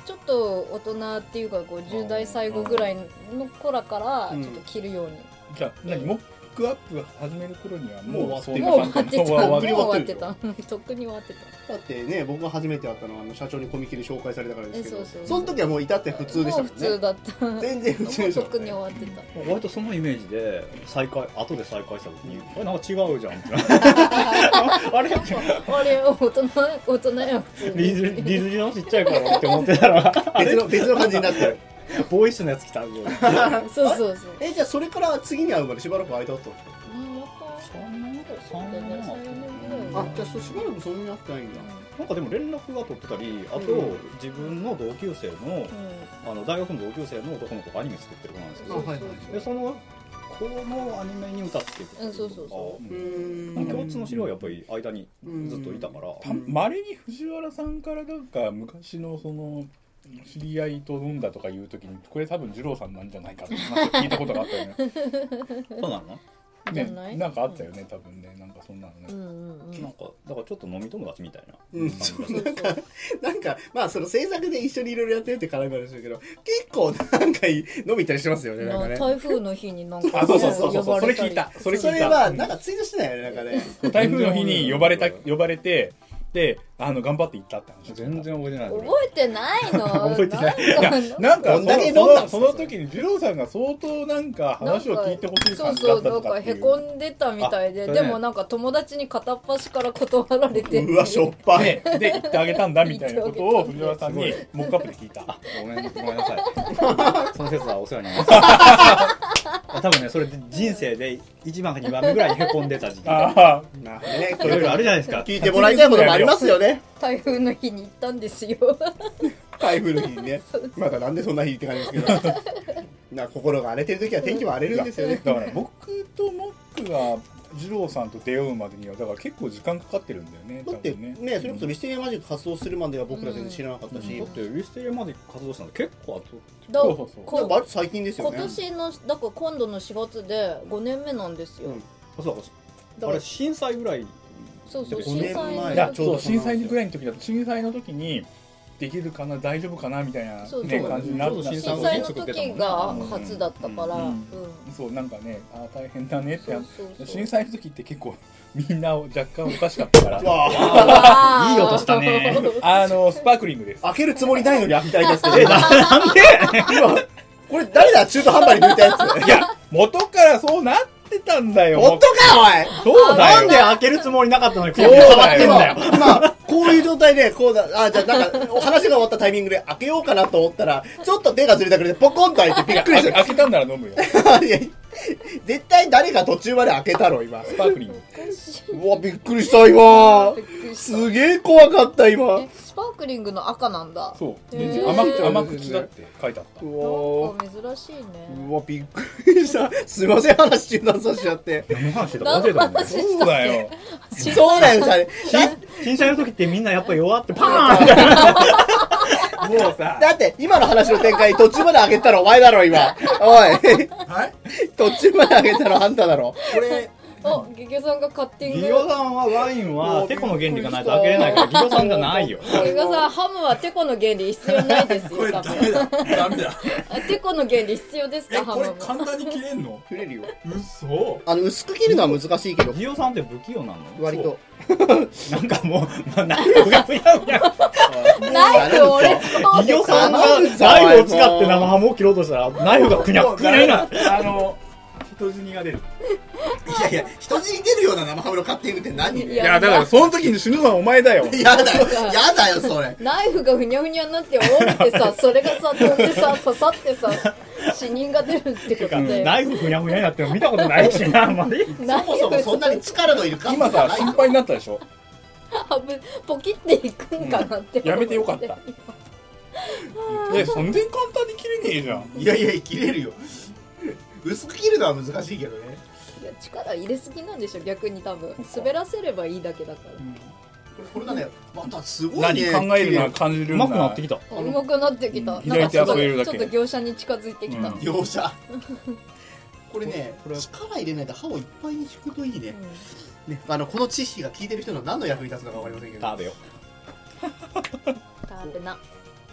ちょっと大人っていうかこうじゅう代最後ぐらいの頃からちょっと着るように、 うん、じゃあ何モックアップ始める頃にはもう終わってたもう終わってたもう終わってたとっくに終わってた。 だってね僕が初めて会ったのはあの社長にコミケで紹介されたからですけど、 そうそうそうその時はもう至って普通でしたもんね。 もう普通だった全然普通でしたもんね。 とっくに終わってた。 割とそのイメージで再開後で再開した時にあれなんか違うじゃんってあれあれ大人大人や普通にディズディズニーのちっちゃい頃って思ってたら別の別の感じになってるボーイッシュなやつ来たそうそうそうえじゃあそれから次に会うまでしばらく間だったんですか？ さんねんぐらいさんねんぐらいあじゃあそしばらくそんなに会ってないんだ。 なんかでも連絡が取ってたりあと、うん、自分の同級生の、うん、あの大学の同級生の男の子がアニメ作ってる子なんですよ。 あ、はいはい、 でその子のアニメに歌ってくる、 うん、そうそうそう、 うん、共通の資料はやっぱり間にずっといたからまれに藤原さんからなんか昔のその知り合いと飲んだとかいう時にこれ多分二郎さんなんじゃないかって聞いたことがあったよねそうなのね、なんかあったよね、多分ね、なんかそんなのね、 うんうんうん、 なんかだからちょっと飲み友達みたいな、 うん、なんかなんかまあその制作で一緒にいろいろやってるって絡みあるんですけど結構なんか飲み行ったりしてますよね。なんかね台風の日になんか、ね、 あそうそうそうそうそれ聞いたそれ聞いたそれはなんかツイートしてないよねなんかね台風の日に呼ばれた呼ばれてであの頑張って行ったって話。 全然覚えてない。 覚えてないの覚えてない。 いやなんかそのその時に二郎さんが相当なんか話を聞いてほしい感じだったとかっていう。 そうそうなんかへこんでたみたいで、ね、でもなんか友達に片っ端から断られてうわしょっぱいでで行ってあげたんだみたいなことを藤原さんにモックアップで聞いた。 あごめんごめんなさい。その説はお世話になりました。多分ねそれで人生でいちばんかにばんめぐらいにへこんでた時期。ああまあねいろいろあるじゃないですか。 聞いてもらいたいこともありますよね。 台風の日に行ったんですよ台風の日にねまだなんでそんな日って感じですけどな心が荒れてる時は天気も荒れるんですよね。 だから僕とモックが二郎さんと出会うまでにはだから結構時間かかってるんだよね。 だってね、ねそれこそウィステリアマジック活動するまでは僕ら全然知らなかったし、 うん、だってウィステリアマジック活動したの結構後そうそうそう最近ですよね。 今年のだから今度のしがつでごねんめなんですよ、うん、 あそうだあれ震災ぐらいそうそう震災いやそう震災ぐらいの時だと震災の時にできるかな大丈夫かなみたいな、ね、 そうそう感じになって震災の時が初だったから、うんうんうん、 そうなんかねあ大変だねってそうそうそう震災の時って結構みんな若干おかしかったからいい音したねあのスパークリングです。 開けるつもりないのに開けたいですけどえなんで今これ誰だ中途半端に抜いたやついや元からそうなってたんだよ。 本当かおいそうだよ。 なんで開けるつもりなかったのにそうだよ。 今こういう状態でこうだあじゃあなんか話が終わったタイミングで開けようかなと思ったらちょっと手がずれたくらいでポコンと開いてびっくりした。 開けたんなら飲むよいや絶対誰が途中まで開けたろ今。 スパークリング。 うわびっくりした今。すげえ怖かった今。 スパークリングの赤なんだ。 そう。甘口甘口だって書いてあった。 うわ珍しいね。 うわびっくりした。すいません話中断させちゃって。 何の話してたか忘れたもんね。 そうだよ。 そうだよ震災の時ってみんなやっぱ弱ってパーンみたいな。 もうさだって今の話の展開途中まで開けたのお前だろ今。おい。はい。途中まで開けたのあんただろ。これ。 お、ギギョさんがカッティング。 ギギョさんはワインはテコの原理がないと開けれないからギギョさんじゃないよ。 ギギョさんハムはテコの原理必要ないですよ。 これダメだダメだ。 テコの原理必要ですかハムも。 これ簡単に切れんの？ 切れるよ。 嘘。 あの薄く切るのは難しいけど。 ギギョさんって不器用なの？ 割と。 なんかもう、まあ、ナイフがふやふやナイフ俺そうギギョさんがナイフを使って生ハムを切ろうとしたらナイフがくにゃくにゃになってあの人死にが出る。 いやいや人死に出るような生ハムのカッティングって何？ いやだからその時に死ぬのはお前だよ。 やだよやだよそれ。 ナイフがふにゃふにゃになって折れてさそれがさ飛んでさ刺さってさ死人が出るってことで。 ナイフふにゃふにゃになっても見たことないしなあんまり。 そもそもそんなに力のいるカッ今さ心配になったでしょ。 ポキっていくんかなって、 うん、やめてよかった。え全然簡単に切れねえじゃん。 いやいや切れるよ。薄く切るのは難しいけどね。 いや力入れすぎなんでしょ逆に多分滑らせればいいだけだから、うん、 これがねまたすごいね何考えるな感じるんだ。 うまくなってきた。 うまくなってきた。 左手遊べるだけ。 ちょっと業者に近づいてきた、 うん、業者これねこれ力入れないと歯をいっぱいに引くといいね、うん、ねあのこの知識が聞いてる人の何の役に立つのか分かりませんけど食べよ食べな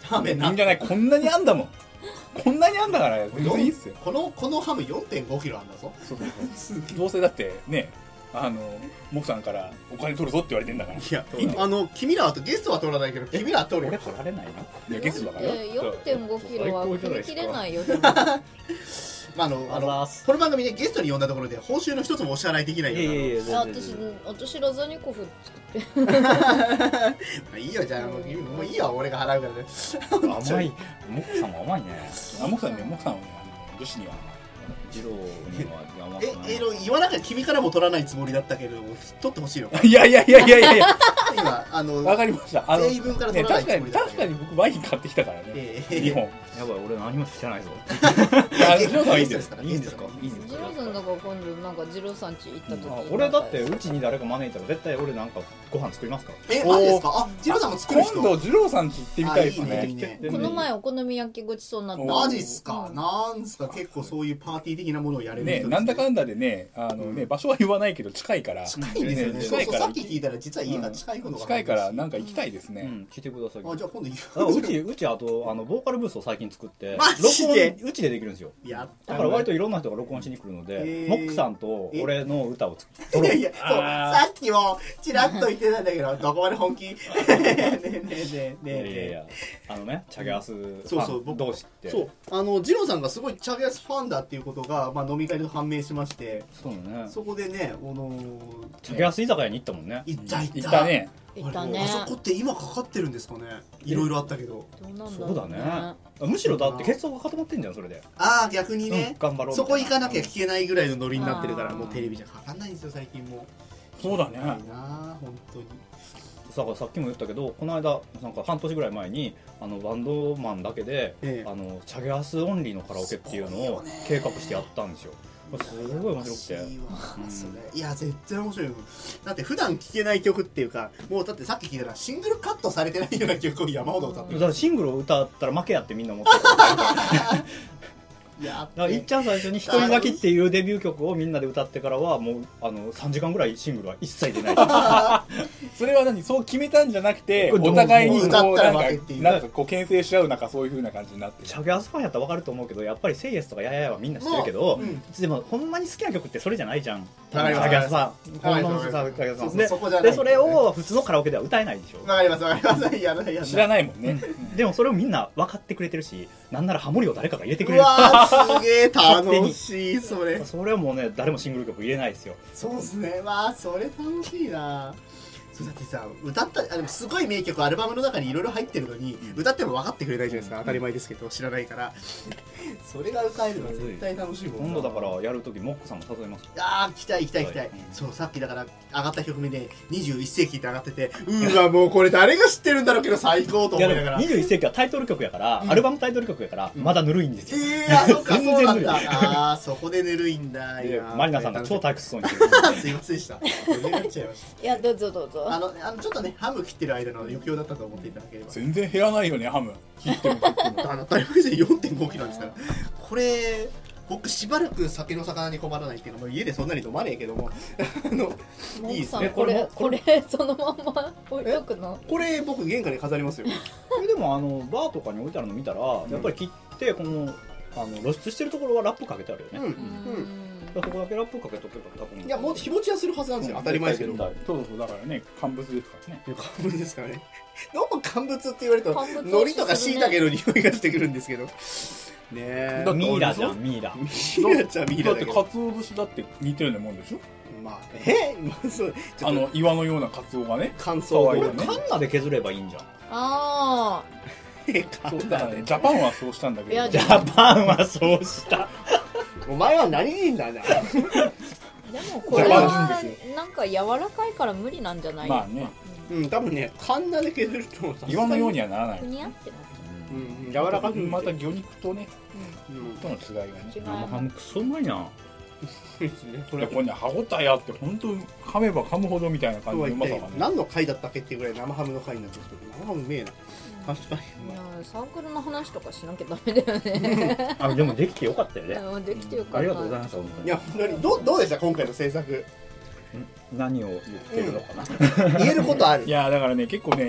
ーメンいいんじゃない、こんなにあんだもんこんなにあんだから全然いいっすよ。 このこのハム よんてんごキロあんだぞ。 そうそうそうどうせだってね、あのモクさんからお金取るぞって言われてんだから。 いやいいあの君らはゲストは取らないけど君らは取るよ。 俺取られないの？ いやゲストだからよ。 よんてんごキロは食い切れないよ。 まあ、あのあのこの番組でゲストに呼んだところで報酬の一つもお支払いできないよ。 いやいやいや、 私私ラザニコフ作ってまあいいよ、じゃあもうもういいよ、俺が払うからね。 甘い。モクさんも甘いね。 あ、モクさんね、モクさんはね、女子にはジローには甘くない。 え、えの言わなきゃ君からも取らないつもりだったけど取ってほしいのか。 いやいやいやいやいやいや今あのわかりました。あの全員分から取らないつもりだった確かに確かに僕ワイン買ってきたからね。 えー、 にほん。 やばい、俺何も知らないぞ。 いや、ジローさんはいいんですか。 いいんですか。いいんですか。 ジローさんだから今度なんかジローさん家行った時、 俺だってうちに誰か招いたら絶対俺なんかご飯作りますから。 え、マジですか。あ、ジローさんも作る人。 今度ジローさん家行ってみたいですね。 いいね。 この前お好み焼きごちそうになった。 マジっすか。なんすか、結構そういうパーティー的なものをやれる人ね、なんだかんだでね、あのね、場所は言わないけど近いから。 近いんですよね。そうそう、さっき聞いたら実は家が近いことが近いからなんか行きたいですね。 うん、来てください。 あ、じゃあ今度うちうちあとあのボーカルブースを最近作って、 マジでうちでできるんですよ。 やだから割といろんな人が録音しに来るので、モックさんと俺の歌を作る。いやいや、そう、さっきもちらっと言ってたんだけど、どこまで本気。ねえねえねえねえ。 いやいや、あのね、チャゲアスフそうそうァン同士って。 そう、あのジローさんがすごいチャゲアスファンだっていうことがまあ飲み会で判明しまして、 そうね。 そこでね、あのチャゲアス居酒屋に行ったもんね。 行った行行ったね。 行ったね。 あそこって今かかってるんですかね。いろいろあったけど。 どうなんだろうね。 そうだね。むしろだって結束が固まってんじゃんそれで。 ああ、逆にね、 頑張ろう。 そこ行かなきゃ聞けないぐらいのノリになってるから、もうテレビじゃかかんないんですよ最近も。 そうだね。 ないな本当に。 だからさっきも言ったけど、この間なんか半年ぐらい前にあのバンドマンだけで、 ええ、 あのチャゲアスオンリーのカラオケっていうのを計画してやったんですよ。すごい面白くて、うん、 それいや絶対面白いよ。だって普段聴けない曲っていうか、もうだってさっき聞いたらシングルカットされてないような曲を山ほど歌ってる。 だからシングルを歌ったら負けやってみんな思ってるいやだからいっちゃん最初に「一人泣き」っていうデビュー曲をみんなで歌ってからはもうあのさんじかんぐらいシングルは一切出ないそれは何、そう決めたんじゃなくてお互いにこうなんかなんかこう牽制し合うなんかそういう風な感じになってる。 チャゲアスファンやったら分かると思うけど、やっぱり「セイエス」とか「ややや」はみんな知ってるけど、うん、でもほんまに好きな曲ってそれじゃないじゃん。チャゲアスファン本物のチャゲアスファンでそれを普通のカラオケでは歌えないでしょ。 わかりますわかります。やらないやらない。 知らないもんねでもそれをみんな分かってくれてるし、なんならハモリを誰かが入れてくれる。 うわーすげえ楽しいそれ。 それはもうね、誰もシングル曲入れないですよ。 そうですね。まあそれ楽しいな。そうだってさ、歌ったあでもすごい名曲アルバムの中にいろいろ入ってるのに、うん、歌っても分かってくれないじゃないですか、うん、当たり前ですけど知らないからそれが歌えるのは絶対楽しいもんな。 今度だからやるときモックさんも誘います。 ああ行きたい行きたい行きたい、はい、そうさっきだから上がった曲目でにじゅういっ世紀って上がってて、うーわもうこれ誰が知ってるんだろうけど最高と思いながら。 にじゅういっ世紀はタイトル曲やから、うん、アルバムタイトル曲やから、うん、まだぬるいんですよ。 ええー、あそっかそうなんだ。ああそこでぬるいんだ。いやマリナさんが超退屈そうにすいませんでした。お願いしちゃいました。 いやどうぞどうぞ。 あのあのちょっとねハム切ってる間の余興だったと思っていただければ。 全然減らないよねハム切っても切っても。 あの当たり前で よんてんごキロなんですから。これ僕しばらく酒の魚に困らないっていうのも家でそんなに飲まねえけどもあのいいですね。 これこれそのまんま置いとくの。 これ僕玄関に飾りますよ。 これでもあのバーとかに置いてあるの見たら、うん、やっぱり切ってこのあの露出してるところはラップかけてあるよね。うん、うんそこだけラップかけとけば多分。 いやもう日持ちはするはずなんですよ、うん、当たり前ですけど。 そうそうだからね乾物ですからね。 乾物ですからね。どうも乾物って言われると海苔とか椎茸の匂いがしてくるんですけど。ねえ。 ミイラじゃんミイラ。 ミイラじゃミイラだけど。だって鰹節だって似てるようなもんでしょ。 まあえまあそうあの岩のようなカツオがね乾燥でね。カンナで削ればいいんじゃん。 ああ。 そうだね。ジャパンはそうしたんだけど。 いやジャパンはそうした。 お前は何人だな。 でもこれはなんか柔らかいから無理なんじゃない。 まあね。 うん、多分ねカンナで削ると岩のようにはならない。 ふにゃってなってる。うん、柔らかくまた魚肉とね、との違いがね。 生ハムクソうまいな。 これこれね歯応えあって本当噛めば噛むほどみたいな感じのうまさがね。 何の回だったっけっていうぐらい生ハムの回になってるけど、生ハムうめえな。確かに。 いやサークルの話とかしなきゃダメだよね。 あでもできてよかったよね。 できてよかった。 ありがとうございました。 いやどうどうでした今回の制作。 何を言ってるのかな。 言えることある。 いやだからね結構ね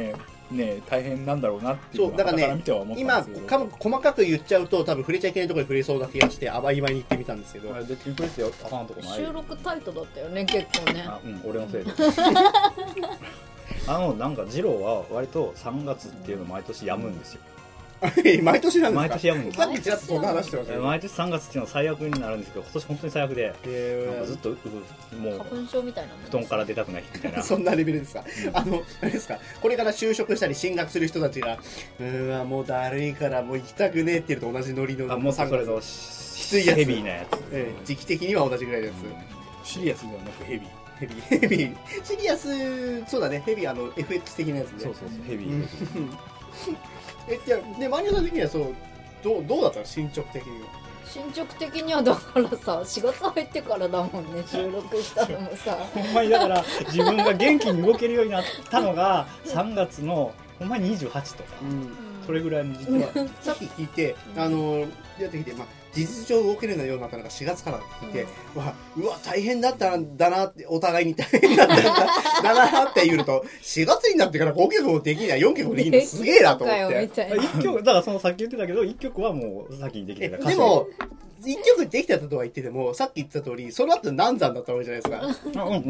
ね大変なんだろうなっていうのはだから見ては思ったんですけど、 今細かく言っちゃうと多分触れちゃいけないところに触れそうな気がしてあばいまいに言ってみたんですけど、 で聞いててあかんとこない。 収録タイトだったよね結構ね。 あ、うん、俺のせいであのなんか二郎は割とさんがつっていうのを毎年やむんですよ。 毎年なんですか？ 毎年やむんです。 さっきちらっとそんな話してましたよ。 毎年さんがつっていうのは最悪になるんですけど、今年本当に最悪で、なんかずっともう花粉症みたいな布団から出たくないみたいなそんなレベルですか？あのあれですか？これから就職したり進学する人たちがうーわもうだるいからもう行きたくねえっていうのと同じノリの、 あ、もうそれのきついやつ、 ヘビーなやつ、 ええ、時期的には同じぐらいのやつ、シリアスではなくヘビー。 ヘビーヘビーシリアス、そうだね、ヘビーあの エフエックス 的なやつで、 そうそうそうヘビーえ、じゃあでマニアさん的にはそうどうどうだったの進捗的には？ 進捗的にはだからさしがつ入ってからだもんね収録したのもさほんまにだから自分が元気に動けるようになったのがさんがつのほんまににじゅうはちとか、うん、それぐらいの時期はさっき聞いてあのやってきて、まあ、事実上動けるようになったのがしがつからって聞いて、うん、わうわ大変だったんだなってお互いに大変だったんだだなって言うとしがつになってからごきょくもできないよんきょくもできないすげえなと思っていっきょくだからそのさっき言ってたけどいっきょくはもう先にできてたでもいっきょくできたとは言っててもさっき言ってた通りその後難産だったわけじゃないですかうん、うん、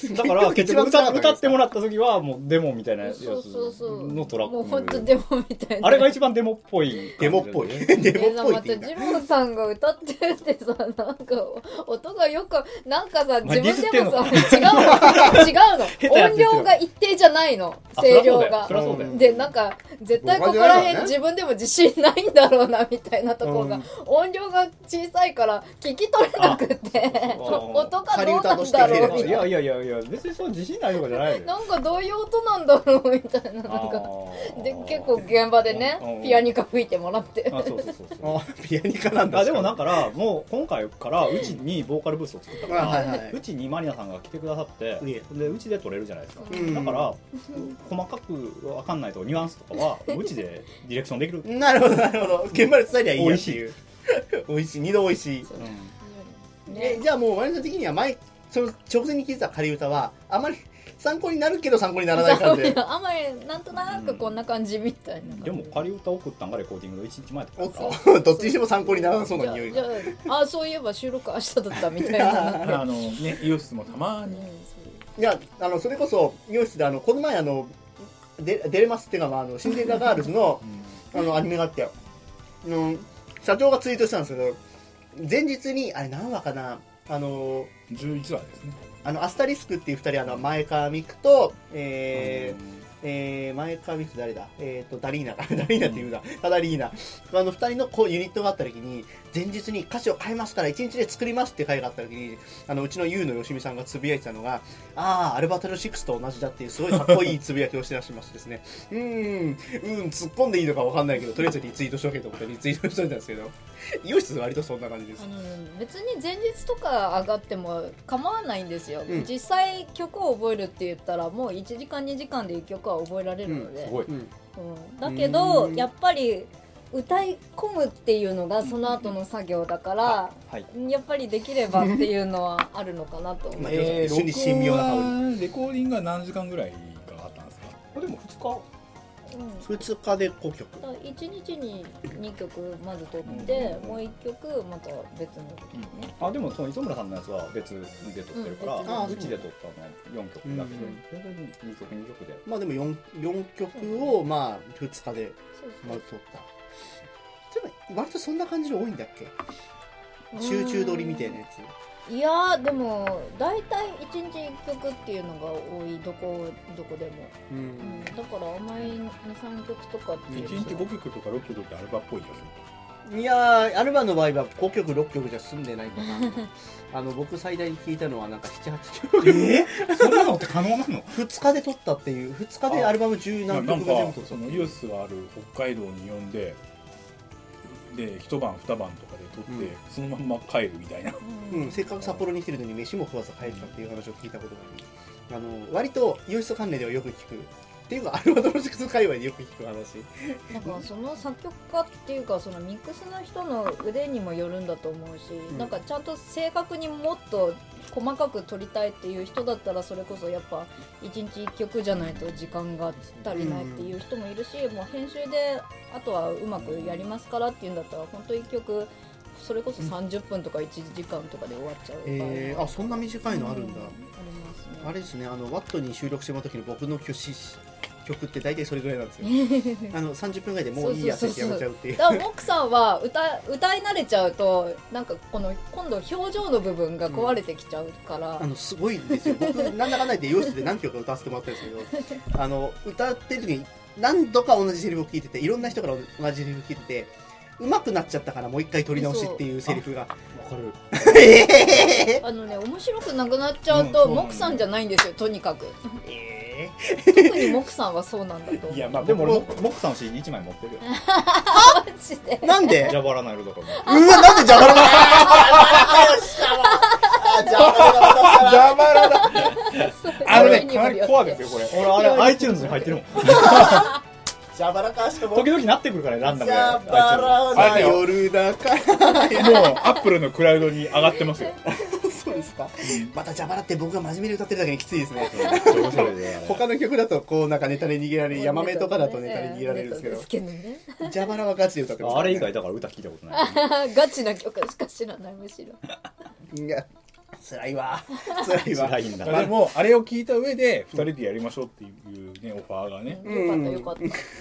だから結局 歌, 歌ってもらった時はもうデモみたいなやつのトラックもうほんとデモみたいなあれが一番デモっぽいデモっぽいデモっぽいってまたジモンさんが歌ってるってさなんか音がよくなんかさ自分でもさ違うの違うの音量が一定じゃないの声量がでなんか絶対ここら辺自分でも自信ないんだろうなみたいなところが、うん、音量が小さいから聞き取れなくて音がどうなんだろうみたいないやいやいや別にそう自信ないとかじゃないよなんかどういう音なんだろうみたいななんかで結構現場でねピアニカ吹いてもらってあそうそうそうそうピアニカなんだあでもだからもう今回からうちにボーカルブースを作ったから、はいはい、うちにマリナさんが来てくださってでうちで撮れるじゃないですか、うん、だから細かく分かんないとニュアンスとかはうちでディレクションできるなるほどなるほど現場で伝えりゃいいやっていう美味しい二度美味しい、うんね、えじゃあもうマリナさん的には前その直前に聞いてた仮歌はあまり参考になるけど参考にならない感じであんまりなんとなくこんな感じみたいな、うん、 でも仮歌送ったんがレコーディングのいちにちまえとかどっちにしても参考にならなそうな匂いがあそういえば収録明日だったみたいなあのねイオシスもたまにいやあのそれこそイオシスであのこの前あので出れますっていうのはあのシンデレラガールズの、うん、あのアニメがあってよ、うん、社長がツイートしたんですけど前日にあれ何話かなあのじゅういちわですねあのアスタリスクっていうふたりあの前川美久と、えーえー、前川美久誰だえっ、ー、とダリーナダリーナっていうだ、うん、タダリーナあのふたりのこうユニットがあった時に前日に歌詞を変えますからいちにちで作りますって回があった時にあのうちのユウのよしみさんがつぶやいてたのがああアルバトロシックスと同じだっていうすごいかっこいいつぶやきをしてらっしゃいましてですねうーんうん突っ込んでいいのかわかんないけどとりあえずリツイートしとけと思ってリツイートしといたんですけどイオシス割とそんな感じです。 あの別に前日とか上がっても構わないんですよ、うん、実際曲を覚えるって言ったらもういちじかんにじかんでいっきょくは覚えられるので、うんすごいうん、だけどやっぱり歌い込むっていうのがその後の作業だから、はい、やっぱりできればっていうのはあるのかなと思います、 えー、一緒に神妙な香りレコーディングは何時間ぐらいかあったんですか？ でもふつかうん、ふつかでごきょくいちにちににきょくまず撮って、うん、もういっきょくまた別の時にね、 うん、あでもその磯村さんのやつは別で撮ってるから、うん、うちで撮ったのはよんきょくだけで、うん、にきょくにきょくでまあでも 4, 4曲をまあふつかでまず撮ったでも割とそんな感じで多いんだっけ集中撮りみたいなやついやーでも大体いちにちいっきょくっていうのが多いどこどこでも、うんうん、だからあまりにさんきょくとかっていういちにちごきょくとかろっきょくってアルバっぽいよねいやーアルバの場合はごきょくろっきょくじゃ済んでないかなあの僕最大に聞いたのはなんかななはちきょくえー、そんなのって可能なのふつかで撮ったっていうふつかでアルバムじゅう何曲が全部撮ったそのイオシスがある北海道に呼んでで一晩二晩とかで撮って、うん、そのまんま帰るみたいな、 うん、せっかく札幌に来てるのに飯も食わず帰ったっていう話を聞いたことがあるあの割とイオシス関連ではよく聞くっていうかアルバトロシックス界隈でよく聞く話なんかその作曲家っていうかそのミックスの人の腕にもよるんだと思うし、うん、なんかちゃんと正確にもっと細かく撮りたいっていう人だったらそれこそやっぱいちにちいっきょくじゃないと時間が足りないっていう人もいるし、もう編集であとはうまくやりますからっていうんだったら本当いっきょくそれこそさんじゅっぷんとかいちじかんとかで終わっちゃうから、 えー、あそんな短いのあるんだ、うん、ありますね。 あれですね、あのワットに収録してもらった時に僕の曲曲って大体それぐらいなんですよあのさんじゅっぷんぐらいでもういいやってやめちゃうっていう。 だからモックさんは 歌, 歌い慣れちゃうとなんかこの今度表情の部分が壊れてきちゃうから、 うん、あのすごいですよ。僕なんだかんだ言って洋室で何曲か歌わせてもらったんですけどあの歌ってる時に何度か同じセリフを聞いてて、いろんな人から同じセリフを聞いてて上手くなっちゃったからもう一回撮り直しっていうセリフがわかるえー、 あのね面白くなくなっちゃうと、うん、モックさんじゃないんですよ、とにかく、 えー特にモクさんはそうなんだと思う。 いやまあでもモクさんの シーディーいち 枚持ってるよマジでなんで蛇腹の色とかもうわなんで蛇腹だ蛇腹だあのねかなりコアですよこれ。 俺あれ iTunes に入ってるもん蛇腹かしかも時々なってくるからね、ランダムで蛇腹な夜だからもうアップルのクラウドに上がってますよそうですか、うん、また蛇腹って僕が真面目に歌ってるだけにきついですねね他の曲だとこうなんかネタで逃げられる、ヤマメとかだとネタで逃げられるんですけど、けどね、蛇腹はガチで歌ってます、ね、 あれ以外だから歌聞いたことないガチな曲しか知らない、むしろいや辛いわ辛いわ辛いんだ。 でもあれを聞いた上でふたりでやりましょうっていうねオファーがね、 よかったよか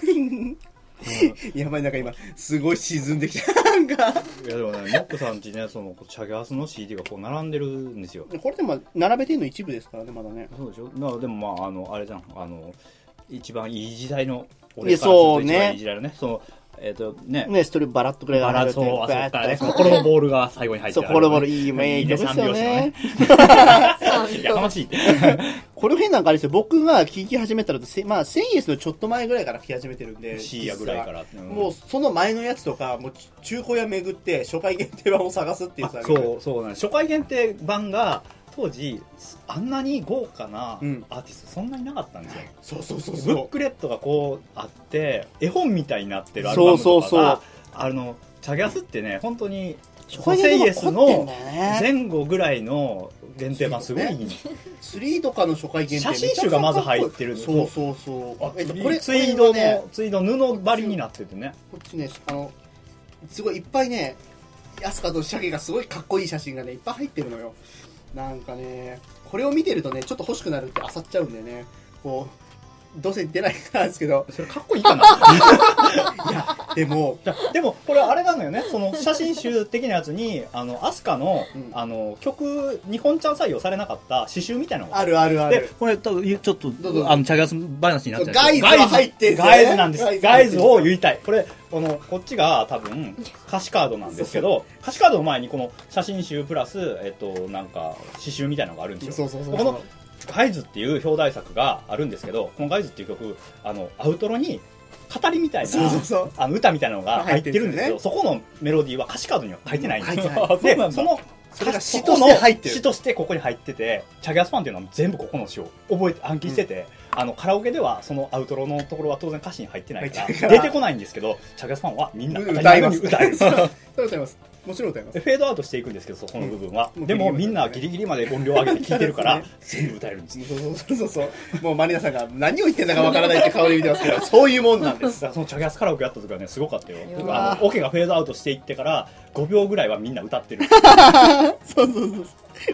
ったやばい、なんか今すごい沈んできたなんかいやでもね、モックさんちね、そのチャゲアスの シーディー がこう並んでるんですよ。 これでも並べてるの一部ですからね、まだね。 そうでしょ。だからでもまああのあれじゃん、あの一番いい時代の俺からすると一番いい時代のね、そのえっ、ー、とね、 ね、ストリーバラッとくらいバラッと、あそこからね、これのボールが最後に入ってる。 そう、これのボールいい名曲ですよね。 やかましいって。 この辺なんかあれですよ、僕が聴き始めたら、まあ、セイエスのちょっと前ぐらいから聴き始めてるんで、 シーヤぐらいから。 うん、もうその前のやつとか、もう中古屋巡って初回限定版を探すっていうさ、 そう、そうなんです。初回限定版が、当時あんなに豪華なアーティストそんなになかったんですよ、 うん、そうそうそうそう。 ブックレットがこうあって絵本みたいになってるアルバムとかが、そうそうそう、あのチャゲアスってね本当にセイエスの前後ぐらいの限定版すごいいいんですよ。 スリーとかの初回限定写真集がまず入ってるんです。 そうそうそう。 あ、えっと、これツイードのツイード布張りになっててね。 こっちね、あのすごいいっぱいね、アスカとシャゲがすごいかっこいい写真がねいっぱい入ってるのよ。なんかね、これを見てるとね、ちょっと欲しくなるって漁っちゃうんだよね。こう、どうせ出ないからですけど。 それかっこいいかな。 いや、でも。 でも、これあれなのよね。その写真集的なやつに、あの、アスカの、うん、あの、曲、日本ちゃん採用されなかった刺繍みたいなのがあるあるある。で、 これ、多分ちょっと、あの、チャゲアス話になっちゃう。 ガイズが入ってる、ね。 ガイズなんです。ガイズを言いたい。これ、このこっちが多分歌詞カードなんですけど、歌詞カードの前にこの写真集プラスえっとなんか刺繍みたいなのがあるんですよ。そうそうそうそう。このガイズっていう表題作があるんですけど、このガイズっていう曲、あのアウトロに語りみたいな、そうそうそう、あの歌みたいなのが入ってるんですけど、ね、そこのメロディーは歌詞カードには書いてないんですよ。で、そのそれが詩として入ってる。詩としてここに入ってて、チャゲアスファンっていうのは全部ここの詩を覚えて暗記してて、うん、あのカラオケではそのアウトロのところは当然歌詞に入ってないから出てこないんですけど、チャゲアスファンはみんな歌います。 歌います。 歌います。もちろん歌います。 フェードアウトしていくんですけど、そこの部分は、うん、でもみんなギリギリまで音量上げて聴いてるから全部歌えるんです。 そうそうそうそう。もうマリナさんが何を言ってんだかわからないって顔で見てますけど、そういうもんなんです。 そのチャゲアスカラオケやった時はねすごかったよ。あのオケがフェードアウトしていってからごびょうぐらいはみんな歌ってる。 そうそうそう。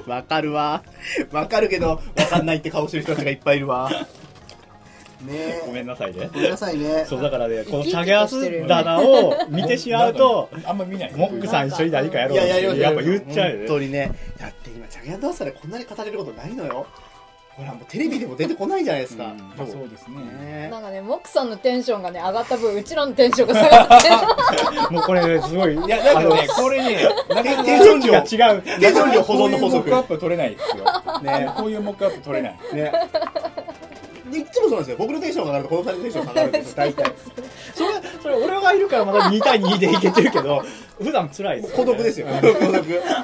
わかるわ。わかるけどわかんないって顔してる人たちがいっぱいいるわ。ね、 ごめんなさいね。 ごめんなさいね。 そうだからね、このチャゲアス棚を見てしまうと、 あんま見ない。 モックさん一緒に何かやろうってやっぱ言っちゃうよね。 本当にね。だって今チャゲアスダンサーでこんなに語れることないのよ。ほらもうテレビでも出てこないじゃないですか。 うん、そうですね。 なんかね、モックさんのテンションがね上がった分、うちらのテンションが下がってる。もうこれすごい。いやだけどね、これね、 テンション量が違う。 テンション量保存の法則。 こういうモックアップ取れないですよ。ね、こういうモックアップ取れない。ね。 いつもそうなんですよ。僕のテンションが上がるとこのふたりのテンションが上がるんですよ。大体。 それそれ俺がいるからまだにたいにでいけてるけど、普段辛いですよ、ね。 孤独ですよ。孤独。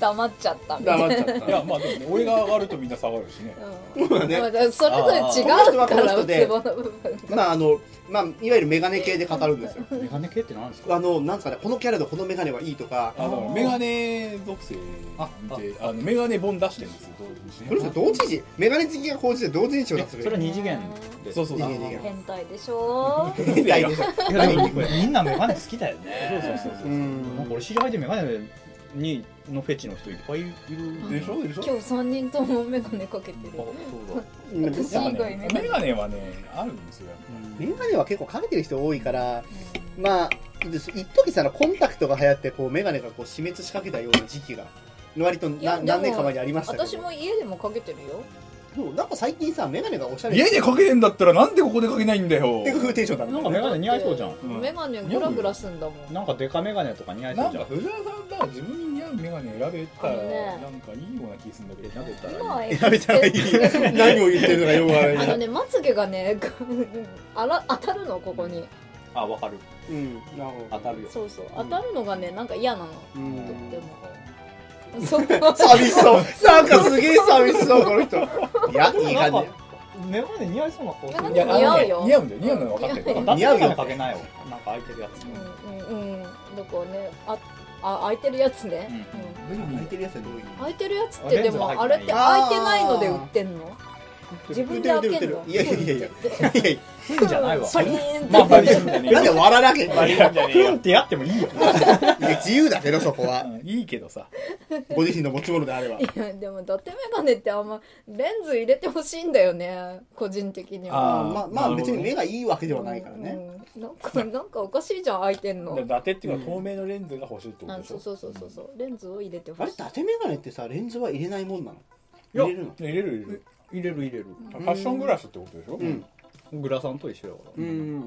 黙っちゃったみたいな。 黙っちゃった。 いやまあでもね、俺が上がるとみんな下がるしね。 うん、 そうだね。 まあそれぞれ違うからツボの部分。 まああのまあいわゆるメガネ系で語るんですよ。 メガネ系って何ですか？ あのなんですかね、このキャラでこのメガネはいいとか。 あのメガネ属性見て、あのメガネ本出してるんですよ。 この人同時時メガネ好きが高じて同時に賞出する。 それは二次元で。 そうそうそう。 変態でしょ。 変態でしょ。 いやでもみんなメガネ好きだよね。 そうそうそうそう。 なんか俺知り合いでメガネにのフェチの人いっぱいいるでしょでしょ。 今日三人ともメガネかけてる。 私以外メガネはねあるんですよ。 メガネは結構かけてる人多いから、まあ一時さコンタクトが流行ってこうメガネがこう死滅しかけたような時期が割と何年か前にありましたけど。 私も家でもかけてるよ。 そうなんか最近さメガネがおしゃれ。 家でかけてんだったらなんでここでかけないんだよ。 っていうテンションだ。 なんかメガネ似合いそうじゃん。 メガネグラグラすんだもん。 なんかデカメガネとか似合いそうじゃん。 藤原さんが自分に似合うメガネ選べたらなんかいいような気するんだけど、 選べたらいい。 選べたらいい。何を言ってるのかよくわからない。 あのね、まつげがねあら当たるのここに。 あ、わかる。 うん、なるほど。 当たるよ。 そうそう、当たるのがねなんか嫌なの。 うん。 とっても。 寂しそう。なんかすげえ寂しそうこの人。いやいい感じ。 メガネ似合いそうな顔する。 似合うよ。 似合うんだよ。似合うのは分かってる。 似合うよ。 かけないよ。なんか開いてるやつ。 うんうんうん。どこね、ああ開いてるやつね。 開いてるやつはどういう？ 開いてるやつってでもあれって開いてないので売ってんの？自分で開けるの？ いやいやいやいや。 ふんじゃないわ。 パリーンって。 まあパリーンだね。 なんで割らなきゃいけない。 ふんってやってもいいよ。 自由だけどそこは。 いいけどさ。 ご自身の持ち物であれば。 いやでも伊達メガネってあんまレンズ入れてほしいんだよね個人的には。 あまあまあ別に目がいいわけではないからね。 なんかなんかおかしいじゃん開いてんの。 伊達っていうか透明のレンズが欲しいってことでしょ。 そうそうそうそうレンズを入れてほしい。 あれ伊達メガネってさレンズは入れないもんなの？ 入れるの？入れる入れる入れる入れる。 ファッショングラスってことでしょ。うん。 グラサンと一緒だから。 うん。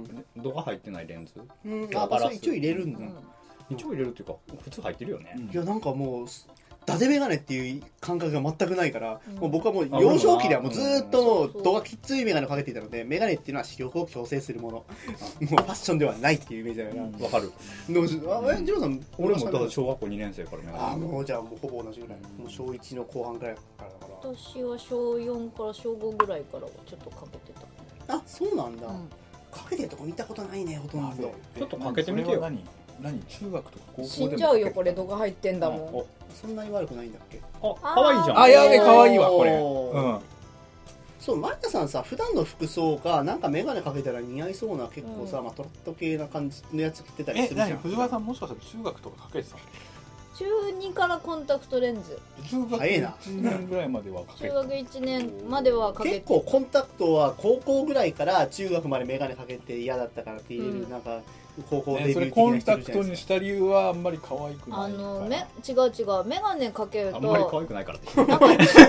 度が入ってないレンズ。 うん。あ、それ一応入れるんだ。 一応入れるっていうか普通入ってるよね。 いやなんかもう伊達メガネっていう感覚が全くないから、もう僕はもう幼少期ではもうずっともう度がきついメガネをかけていたので、メガネっていうのは視力を矯正するもの、もうファッションではないっていうイメージだから。 わかる。 でもあえジローさん俺もだから小学校にねん生からメガネ。 あもうじゃあもうほぼ同じぐらい。もう小いちの後半ぐらいからだから。 私は小よんから小ごぐらいからちょっとかけてた。 あ、そうなんだ。かけてるとこ見たことないね、ほとんど。 ちょっとかけてみてよ。 何何中学とか高校でも死んじゃうよこれ度が入ってんだもん。 そんなに悪くないんだっけ？ あ、可愛いじゃん。 あ、やべ可愛いわこれ。うん。 そうマリナさんさ普段の服装がなんかメガネかけたら似合いそうな結構さ、まあトラット系な感じのやつ着てたりするじゃん。 え、何藤原さんもしかしたら中学とかかけてたの？ 中にからコンタクトレンズ。 中学いちねんぐらいまではかけてた。 中学いちねんまではかけて結構コンタクトは高校ぐらいから中学までメガネかけて嫌だったからっていう、うん、なんか高校デビュー的な人いるじゃないですか。それコンタクトにした理由はあんまり可愛くない。 あのめ違う違うメガネかけるとあんまり可愛くないからって。 なんか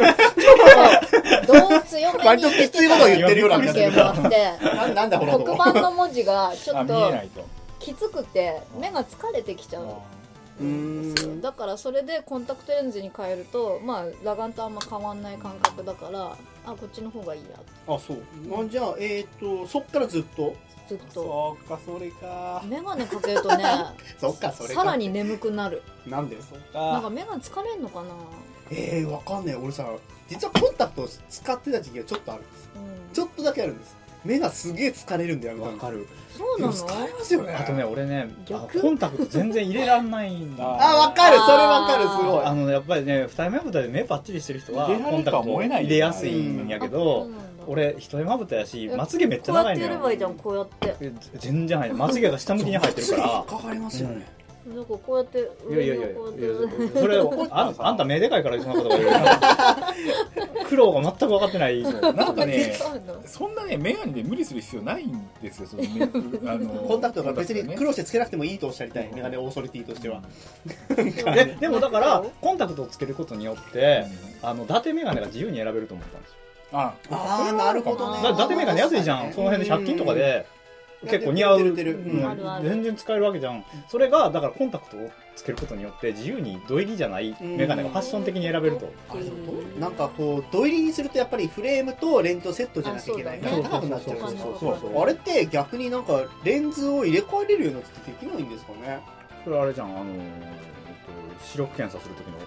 どう強めに割ときついこと言ってるような関係もあってなんだこの黒板の文字がちょっときつくて目が疲れてきちゃう。 うーんだからそれでコンタクトレンズに変えるとまあ裸眼とあんま変わんない感覚だからあこっちの方がいいや。 あそう、あじゃあえっ、ー、とそっからずっとずっとそうかそれかメガネかけるとねそっかそれかさらに眠くなる。 なんでそっなんかか目が疲れんのかな。 えー、わかんない俺さ実はコンタクトを使ってた時期がちょっとあるんです、うん、ちょっとだけあるんです。目がすげえ疲れるんだよ。 わかる。 そうなの？ 疲れますよね。 あとね俺ねコンタクト全然入れらんないんだ。 あわかるそれわかるすごい。 あのやっぱりね二重まぶたで目パッチリしてる人はコンタクト入れやすいんやけど、俺一重まぶたやしまつげめっちゃ長いのよ。 こうやってやればいいじゃんこうやって。 全然入る。まつげが下向きに入ってるから。 かかりますよね。 なんかこうやっていやいやいやそれああんた目でかいからそんなことが言う苦労が全く分かってない。 なんかねそんなねメガネで無理する必要ないんですよ。そのあのコンタクトが別に苦労してつけなくてもいいとおっしゃりたいメガネオーソリティとしては。 ででもだからコンタクトをつけることによってあの伊達メガネが自由に選べると思ったんですよ。 ああなるほどね。 伊達メガネ安いじゃん。その辺でひゃく均とかで結構似合う、うん、全然使えるわけじゃん。それがだからコンタクトをつけることによって自由に土入りじゃないメガネがファッション的に選べると。 なんかこう土入りにするとやっぱりフレームとレンズをセットじゃなきゃいけないから高くなっちゃう。あれって逆になんかレンズを入れ替えれるようなってできないんですかね。 これあれじゃんあの視力検査する時のあの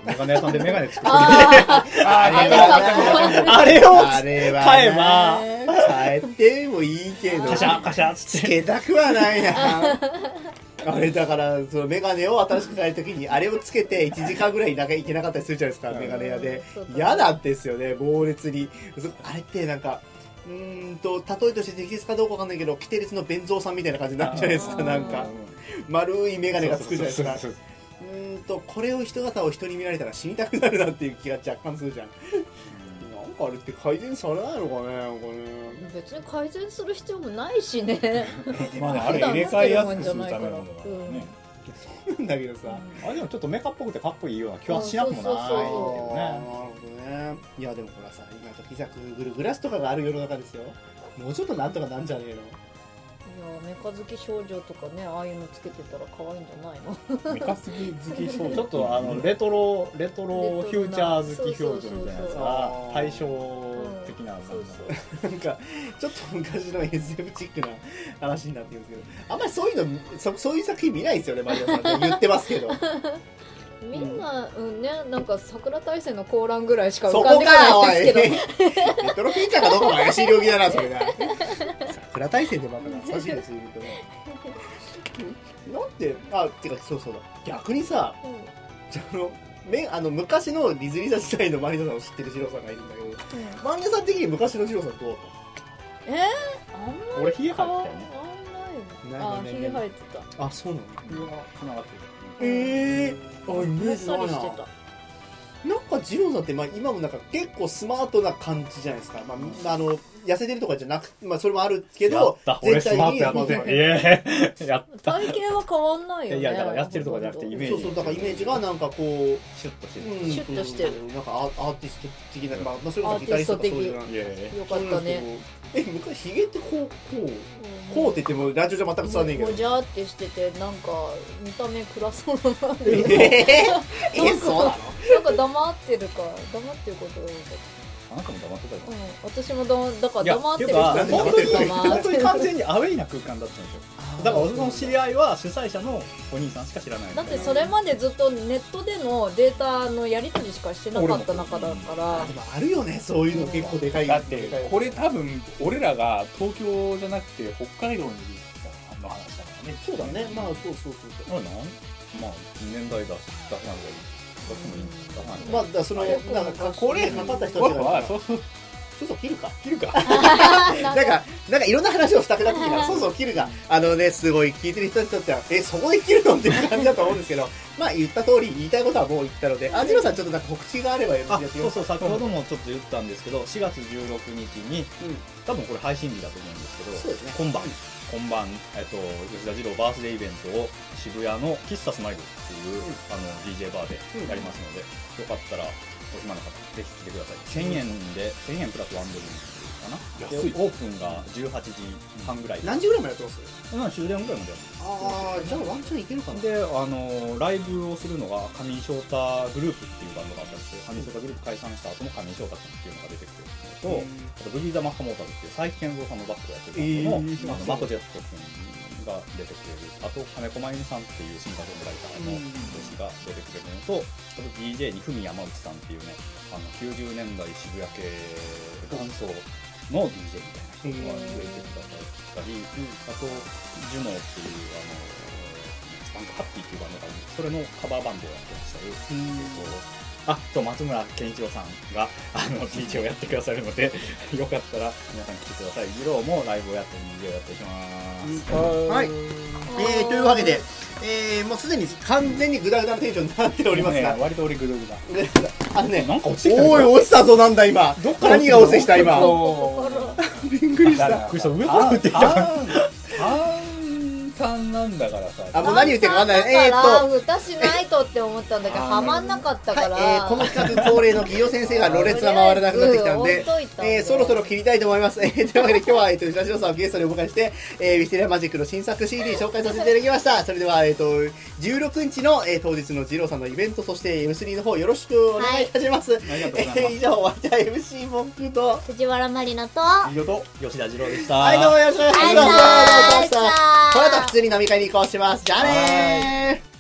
メガネ屋さんでメガネ作ってああれをあれは買えば買えてもいいけどカシャカシャっつつってけたくはないなあれだからそのメガネを新しく買えるときにあれをつけていちじかんぐらいなんかいけなかったりするじゃないですか、メガネ屋で嫌なんですよね、猛烈に。あれってなんかうーんと例えとして適切かどうかわかんないけど、キテレツの弁蔵さんみたいな感じになるじゃないですか。なんか丸いメガネがつくじゃないですか。うーんとこれを人型を人に見られたら死にたくなるなっていう気が若干するじゃん。なんかあれって改善されないのかね、なんかね。 別に改善する必要もないしね。 まあね、あれ入れ替えやすくするためのものだからね。 そうなんだけどさ、 あれでもちょっとメカっぽくてかっこいいような気はしなくもないけどね。 なるほどね。いやでもほらさ、今時ザクグルグラスとかがある世の中ですよ。もうちょっとなんとかなんじゃねえの。 いやメカ好き少女とかね、ああいうのつけてたら可愛いんじゃないの。 メカ好き好き少女ちょっとあのレトロレトロフューチャー好き表情みたいなやつが対照的な、 なんかちょっと昔の エスエフ チックな話になってるんですけど、あんまりそういうの そ, そういう作品見ないですよね、マリオさんね。言ってますけど。 みんな、うんね、なんか桜大戦のコーランぐらいしかそこ浮かんでこないですけど。 レトロフィーチャーかどうかも怪しい領域だな、それが。桜大戦でまた懐かしいですよ、言うとね。なんで、あ、てか、そうそうだ。逆にさ、 うんじゃあの、めあの昔のディズニー座時代のマリオさんを知ってる二郎さんがいるんだけど、 うんマリオさん的に昔の二郎さんどうだっえー、あんまり俺ヒゲ生えてたよね変わんないよ。あ、 ないヒゲ生えてた。 た？あ、そうなの？ 繋がってる。 えー、あ、イメもっージないな。 さりしてた。 なんか二郎さんって、まあ、今もなんか結構スマートな感じじゃないですか。まあ、あの痩せてるとかじゃなく、まあそれもあるけやっど、 た、俺スマートやってる。いえ、やった。 体型は変わんないよね。 いやだからやってるとかじゃなくてイメージそうそう、だからイメージがなんかこう、 シュッとしてる。 うん、 シュッとしてるなんかアアーティスト的な、まあ、まあ、それこそギタリストとかそういうのアーいやいやよかったね。 え、昔ヒゲってこう、こう、こうって言ってもラジオじゃ全く伝わんねえけど。 もじゃーってしてて、なんか見た目暗そうななんえで。 ー、え、そうなの？ なんか黙ってるか、黙ってることが多かっあなたも黙ってたよた。うん、私もだだからいや黙ってるてか人本当に黙って本当に完全にアウェイな空間だったんですよ。だから俺の知り合いは主催者のお兄さんしか知らない。 だってそれまでずっとネットでのデータのやり取りしかしてなかった中だからあ、でもあるよね、そういうの結構でかい。 だってでかいこれ多分俺らが東京じゃなくて北海道にいるの話だからね。 そうだね、まあそうそうそうそう。 あれなんまあ年代出す出さない方がいい。出してもいい出さない方がいい。 まあ、だからその、なんか、これかかった人たちが、 まあそうそうそうそう切るか。 切るか。 なんか、なんかいろんな話をしたくなってきたから、そうそう切るが、あのね、すごい聞いてる人にとっては、え、そこで切るのっていう感じだと思うんですけど、まあ言った通り、言いたいことはもう言ったので、あ、ジローさんちょっとなんか告知があればやあ、 ってそうそう、先ほどもちょっと言ったんですけど、しがつじゅうろくにちに、 うん多分これ配信日だと思うんですけど、 そうですね今晩、今晩、えっと、吉田二郎バースデーイベントを渋谷の喫茶スマイルっていう、あの ディージェー バーでやりますので、よかったらお暇な方ぜひ来てください。せんえんで、せんえんプラスワンドリンクかな。で安いオープンがじゅうはちじはんぐらいで、 何時ぐらいまでやってます？ うん、終電ぐらいまでやる。 ああ、じゃあワンチャンいけるかな。 で、あのライブをするのが上翔太グループっていうバンドがあったりして、上翔太グループ解散した後も上翔太君っていうのが出てきてるのと、あとブギーザマッハモータルっていう佐伯健三さんのバックをやってるバンドの、 えーあのマコジェット君が出てくれる、あと金子真由美さんっていうシンガーソングライターの女子が出てくれるのと、あと ディージェー にふみ山内さんっていうね、あのきゅうじゅうねんだい渋谷系元祖の ディージェー みたいな人が出てくださったり、あとジュノーっていうあのスパンクハッピーっていうバンドがあるんです、それのカバーバンドをやってらっしゃる、えっとあと松村健一郎さんがあの ディージェー をやってくださるのでよかったら皆さん来てください。ジローもライブをやって ディージェー をやっていきます。 はい。えー、というわけで、えー、もうすでに完全にグダグダなテンションになっておりますが、 ね割と俺グループだ。 あのね、 なんか落ちてきたおい、落ちたぞなんだ今。 どっから何が落ちてきた今。 ここからびっくりした。 だからクリスト上から降ってきたから炭酸なんだからさ。 あ、もう何言ってるか分かんない。えーっと、 蓋しないとって思ったんだけどはまんなかったから、 はい、えーこの企画恒例のギヨ先生がろれつが回らなくなってきたのでうん置いといたんでえーそろそろ切りたいと思います。えーというわけで今日は、えー、と吉田翔さんをゲストにお迎えして、えー、ウィステリアマジックの新作 シーディー 紹介させていただきました。それでは、えー、とじゅうろくにちの、えー当日の二郎さんのイベント、そして エムスリー の方よろしくお願いいたします。 ありがとうございますえー以上、お相手は エムシー モンクと、 藤原まりなと以上と吉田二郎でした。 はい、どうもよろしくお願いします。 ありがとうございましたこの後普通に飲み会に移行します。じゃあねー。